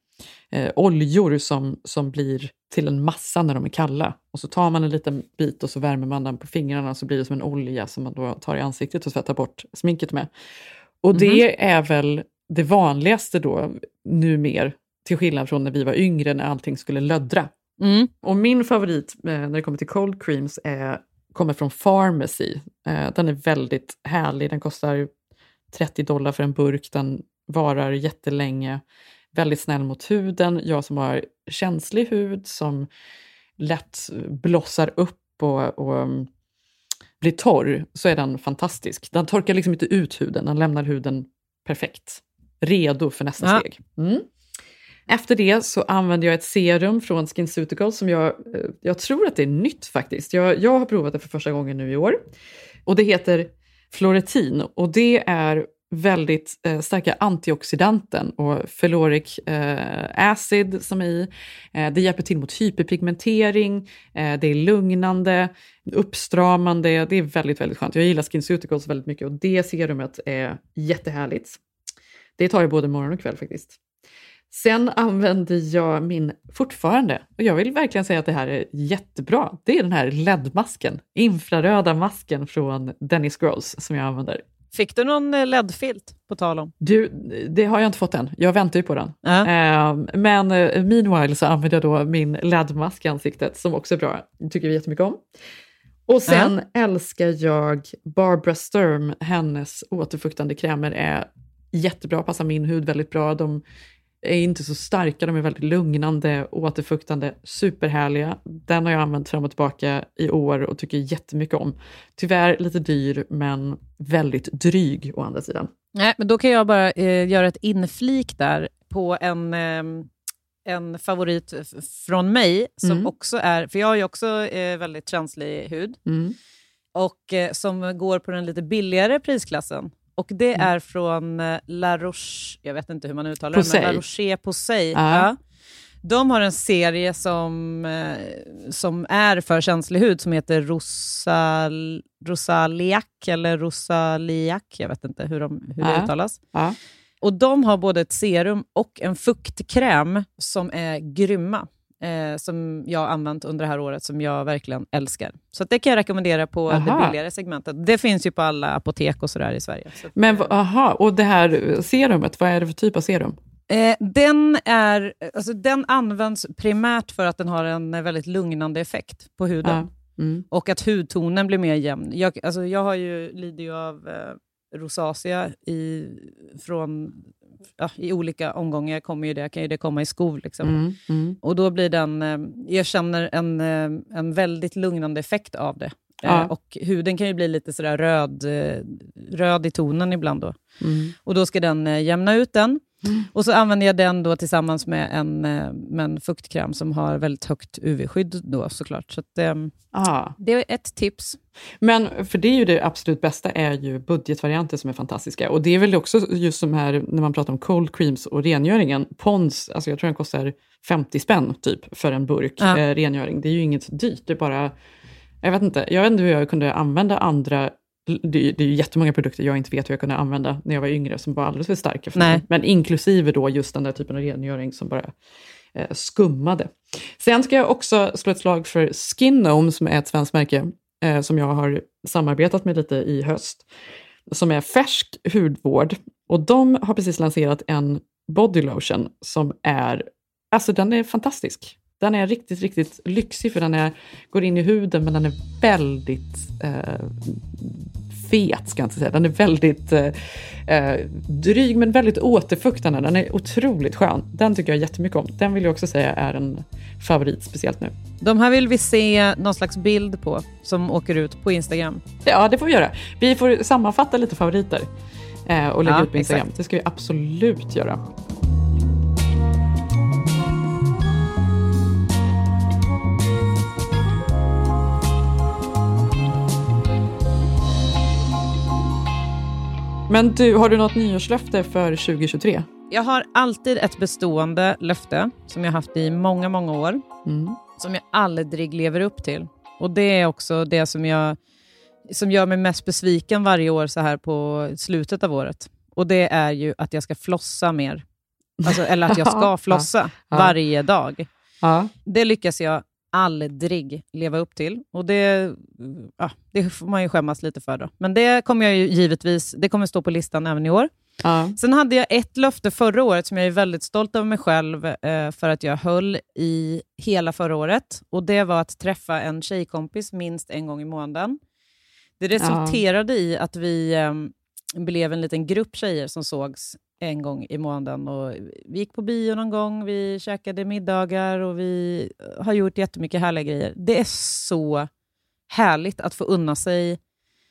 Speaker 6: oljor som blir till en massa när de är kalla. Och så tar man en liten bit och så värmer man den på fingrarna, så blir det som en olja som man då tar i ansiktet och tvättar bort sminket med. Och det är väl det vanligaste då numer, till skillnad från när vi var yngre när allting skulle löddra. Och min favorit när det kommer till cold creams kommer från Pharmacy. Den är väldigt härlig, den kostar $30 för en burk, den varar jättelänge, väldigt snäll mot huden. Jag som har känslig hud som lätt blossar upp och blir torr, så är den fantastisk. Den torkar liksom inte ut huden, den lämnar huden perfekt, redo för nästa steg. Efter det så använder jag ett serum från SkinCeuticals som jag tror att det är nytt faktiskt. Jag har provat det för första gången nu i år. Och det heter Floretin, och det är väldigt starka antioxidanten och ferulic acid som är i. Det hjälper till mot hyperpigmentering, det är lugnande, uppstramande, det är väldigt, väldigt skönt. Jag gillar SkinCeuticals väldigt mycket, och det serumet är jättehärligt. Det tar jag både morgon och kväll faktiskt. Sen använder jag fortfarande, och jag vill verkligen säga att det här är jättebra, det är den här LED-masken, infraröda masken från Dennis Gross som jag använder.
Speaker 7: Fick du någon LED-filt på tal om?
Speaker 6: Du, det har jag inte fått än. Jag väntar ju på den. Men meanwhile så använder jag då min LED-mask i ansiktet som också är bra. Det tycker vi jättemycket om. Och sen älskar jag Barbara Sturm. Hennes återfuktande krämer är jättebra, passar min hud väldigt bra. De är inte så starka, de är väldigt lugnande, återfuktande, superhärliga. Den har jag använt fram och tillbaka i år och tycker jättemycket om. Tyvärr lite dyr, men väldigt dryg å andra sidan.
Speaker 7: Nej, men då kan jag bara göra ett inflik där på en favorit från mig som också är, för jag har ju också väldigt känslig hud och som går på den lite billigare prisklassen. Och det är från La Roche, jag vet inte hur man uttalar det, men La Roche-Posay. Ja. De har en serie som är för känslig hud som heter Rosaliac eller Rosaliac. Jag vet inte hur det uttalas. Ja. Och de har både ett serum och en fuktkräm som är grymma. Som jag har använt under det här året som jag verkligen älskar. Så det kan jag rekommendera på det billigare segmentet. Det finns ju på alla apotek och sådär i Sverige. Så.
Speaker 6: Men och det här serumet, vad är det för typ av serum?
Speaker 7: Den används primärt för att den har en väldigt lugnande effekt på huden. Och att hudtonen blir mer jämn. Jag har ju lider av rosacea i olika omgångar kan ju det komma i skov liksom. Och då blir jag känner en väldigt lugnande effekt av det. Och huden kan ju bli lite sådär röd i tonen ibland då. Och då ska den jämna ut den. Och så använder jag den då tillsammans med en fuktkräm som har väldigt högt UV-skydd då såklart. Så att, det är ett tips.
Speaker 6: Men för det är ju det absolut bästa är ju budgetvarianter som är fantastiska. Och det är väl också just som här när man pratar om cold creams och rengöringen. Pond's, alltså jag tror den kostar 50 spänn typ för en burk rengöring. Det är ju inget dyrt, det är bara... Jag vet inte hur jag kunde använda andra... Det är ju jättemånga produkter jag inte vet hur jag kunde använda när jag var yngre som var alldeles för starka för mig. Men inklusive då just den där typen av rengöring som bara skummade. Sen ska jag också slå ett slag för Skinnome som är ett svenskt märke som jag har samarbetat med lite i höst. Som är färsk hudvård. Och de har precis lanserat en body lotion som är... Alltså den är fantastisk. Den är riktigt, riktigt lyxig för den går in i huden men den är väldigt fet ska jag inte säga. Den är väldigt dryg men väldigt återfuktande. Den är otroligt skön. Den tycker jag jättemycket om. Den vill jag också säga är en favorit speciellt nu.
Speaker 7: De här vill vi se någon slags bild på som åker ut på Instagram.
Speaker 6: Ja, det får vi göra. Vi får sammanfatta lite favoriter och lägga ut på Instagram. Exakt. Det ska vi absolut göra. Men har du något nyårslöfte för 2023?
Speaker 7: Jag har alltid ett bestående löfte som jag haft i många, många år. Som jag aldrig lever upp till. Och det är också det som gör mig mest besviken varje år så här på slutet av året. Och det är ju att jag ska flossa mer. Alltså, eller att jag ska flossa varje dag. Det lyckas jag aldrig leva upp till. Och det får man ju skämmas lite för då. Men det kommer jag ju givetvis, det kommer stå på listan även i år. Sen hade jag ett löfte förra året som jag är väldigt stolt över mig själv för att jag höll i hela förra året. Och det var att träffa en tjejkompis minst en gång i månaden. Det resulterade i att vi blev en liten grupp tjejer som sågs en gång i månaden och vi gick på bio någon gång, vi käkade middagar och vi har gjort jättemycket härliga grejer. Det är så härligt att få unna sig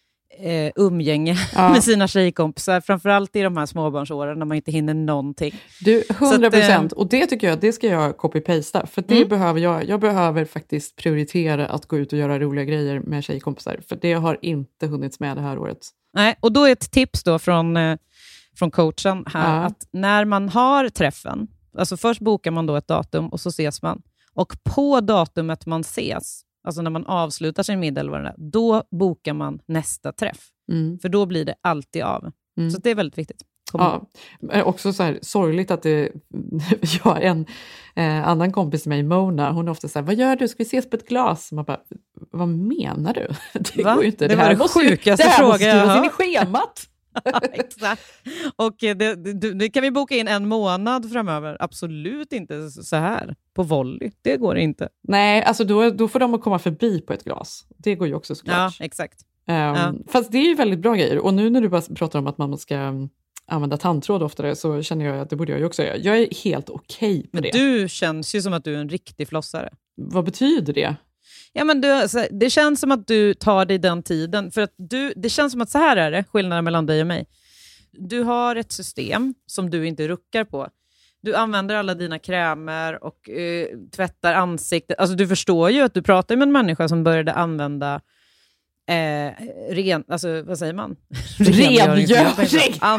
Speaker 7: umgänge med sina tjejkompisar, framförallt i de här småbarnsåren när man inte hinner någonting.
Speaker 6: Du, 100%, och det tycker jag, det ska jag copy-pasta, för det behöver jag behöver faktiskt prioritera att gå ut och göra roliga grejer med tjejkompisar, för det har inte hunnits med det här året.
Speaker 7: Nej, och då är ett tips då från coachen här, att när man har träffen, alltså först bokar man då ett datum och så ses man. Och på datumet man ses, alltså när man avslutar sin middag eller vad det är, då bokar man nästa träff. För då blir det alltid av. Så det är väldigt viktigt.
Speaker 6: Också så här sorgligt att jag har en annan kompis med mig, Mona, hon är ofta så här, vad gör du? Ska vi ses på ett glas? Man bara, vad menar du? Det går ju inte.
Speaker 7: Det var det sjukaste frågan jag har.
Speaker 6: In i schemat.
Speaker 7: Exakt. Och det kan vi boka in en månad framöver. Absolut inte så här på volley. Det går inte.
Speaker 6: Nej, alltså då får de komma förbi på ett glas. Det går ju också såklart.
Speaker 7: Ja, exakt.
Speaker 6: Fast det är ju väldigt bra grejer. Och nu när du bara pratar om att man ska använda tandtråd oftare, så känner jag att det borde jag ju också göra. Jag är helt okej på det.
Speaker 7: Men du känns ju som att du är en riktig flossare.
Speaker 6: Vad betyder det?
Speaker 7: Ja, men det känns som att du tar dig den tiden. För att det känns som att så här är det, skillnaden mellan dig och mig. Du har ett system som du inte ruckar på. Du använder alla dina krämer och tvättar ansiktet. Alltså du förstår ju att du pratar med en människa som började använda alltså vad säger man?
Speaker 6: Rengöring.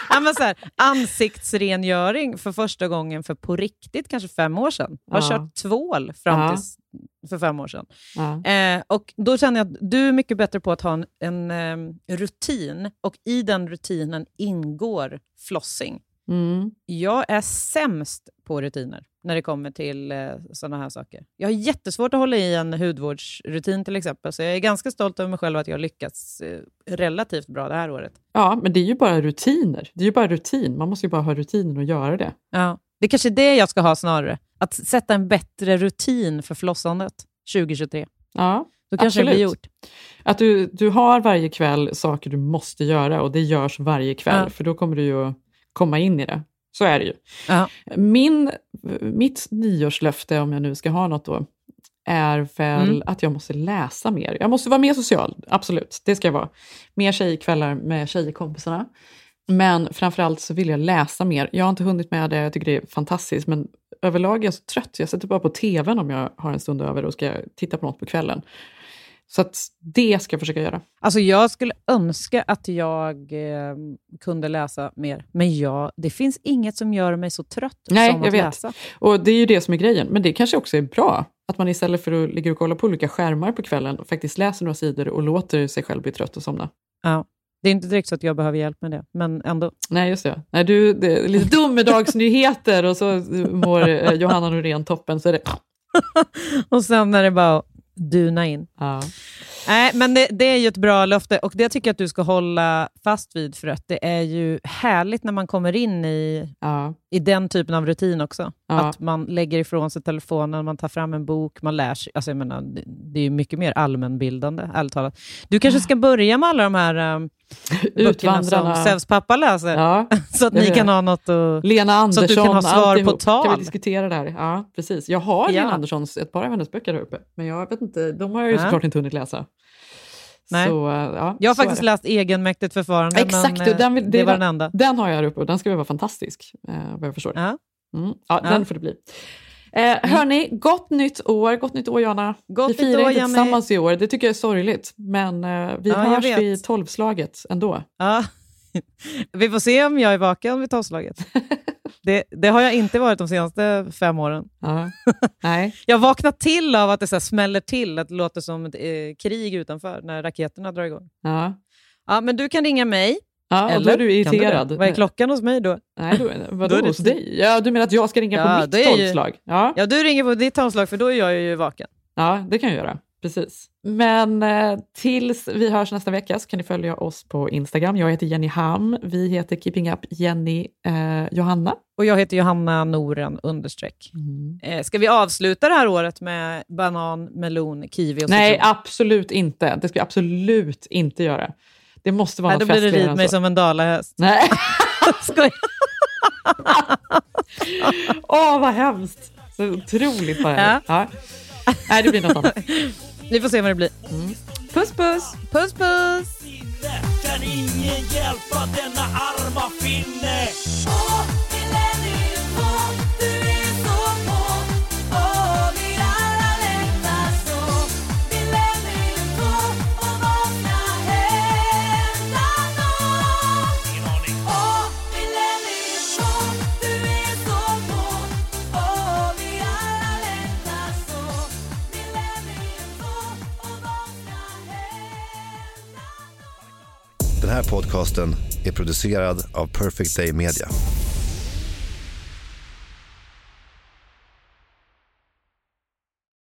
Speaker 7: Ja, men så här, ansiktsrengöring för första gången för på riktigt, kanske 5 år sedan. Jag har kört tvål fram till för 5 år sedan. Och då känner jag att du är mycket bättre på att ha en rutin. Och i den rutinen ingår flossing. Jag är sämst på rutiner när det kommer till sådana här saker. Jag har jättesvårt att hålla i en hudvårdsrutin till exempel. Så jag är ganska stolt över mig själv att jag har lyckats relativt bra det här året.
Speaker 6: Ja, men det är ju bara rutiner. Det är ju bara rutin. Man måste ju bara ha rutinen och göra det.
Speaker 7: Ja, det är kanske det jag ska ha snarare. Att sätta en bättre rutin för flossandet 2023.
Speaker 6: Ja,
Speaker 7: då kanske det blir gjort.
Speaker 6: Att du har varje kväll saker du måste göra och det görs varje kväll. För då kommer du ju komma in i det. Så är det ju. Ja. Mitt nyårslöfte, om jag nu ska ha något då, är väl att jag måste läsa mer. Jag måste vara mer social, absolut. Det ska jag vara. Mer tjejkvällar med tjejkompisarna. Men framförallt så vill jag läsa mer. Jag har inte hunnit med det, jag tycker det är fantastiskt. Men överlag är jag så trött. Jag sätter bara på tvn om jag har en stund över och ska titta på något på kvällen. Så att det ska jag försöka göra.
Speaker 7: Alltså jag skulle önska att jag kunde läsa mer. Men det finns inget som gör mig så trött som att läsa.
Speaker 6: Och det är ju det som är grejen. Men det kanske också är bra. Att man istället för att ligga och kolla på olika skärmar på kvällen faktiskt läser några sidor och låter sig själv bli trött och somna.
Speaker 7: Ja. Det är inte direkt så att jag behöver hjälp med det, men ändå.
Speaker 6: Nej, just det. Nej, det är lite domedagsnyheter och så mår Johanna Norén toppen. Så är det...
Speaker 7: och sen är det bara duna in.
Speaker 6: Ja.
Speaker 7: Nej, men det är ju ett bra löfte och det tycker jag att du ska hålla fast vid, för att det är ju härligt när man kommer in i den typen av rutin också. Ja. Att man lägger ifrån sig telefonen, man tar fram en bok, man lär sig. Alltså jag menar, det är ju mycket mer allmänbildande, ärligt talat. Du kanske ska börja med alla de här böckerna som Sevs pappa läser. Ja, så att ni kan ha något och
Speaker 6: Lena Andersson,
Speaker 7: så att du kan ha svar på tal.
Speaker 6: Kan vi diskutera det här? Ja, precis. Jag har Lena Anderssons ett par av hennes böcker där uppe. Men jag vet inte, de har jag ju såklart inte hunnit läsa.
Speaker 7: Nej.
Speaker 6: Så,
Speaker 7: jag har faktiskt läst Egenmäktigt förfarande.
Speaker 6: Exakt,
Speaker 7: men det var den enda.
Speaker 6: Den har jag här uppe och den ska vara fantastisk, vad jag förstår. Den får det bli. Hörni, gott nytt år Jana. Vi firar inte tillsammans i år, det tycker jag är sorgligt. Men vi hörs vid 12-slaget ändå.
Speaker 7: Ja. Vi får se om jag är vaken vid 12-slaget. Det har jag inte varit de senaste 5 åren.
Speaker 6: Nej.
Speaker 7: Jag vaknar till av att det så här smäller till, att det låter som ett krig utanför när raketerna drar igång. Ja, men du kan ringa mig.
Speaker 6: Ja, eller då är du irriterad.
Speaker 7: Vad är klockan hos mig då?
Speaker 6: Nej, vadå hos dig? Ja, du menar att jag ska ringa på mitt 12-slag?
Speaker 7: Ja, du ringer på ditt 12-slag, för då är jag ju vaken.
Speaker 6: Ja, det kan jag göra. Precis. Men tills vi hörs nästa vecka så kan ni följa oss på Instagram. Jag heter Jenny Ham. Vi heter Keeping Up Jenny Johanna.
Speaker 7: Och jag heter Johanna Noren _ Ska vi avsluta det här året med banan, melon, kiwi och citron?
Speaker 6: Nej, absolut inte. Det ska vi absolut inte göra. Det måste vara något festligare.
Speaker 7: Då blir det rid mig som en dalahäst.
Speaker 6: Nej.
Speaker 7: Skoj.
Speaker 6: Vad hemskt. Så otroligt bara. Ja. Nej, det blir något annat.
Speaker 7: Vi får se vad det blir.
Speaker 6: Puss, puss.
Speaker 7: Puss, puss.
Speaker 13: Kan ingen hjälpa denna arma finne?
Speaker 19: Den här podcasten är producerad av Perfect Day Media.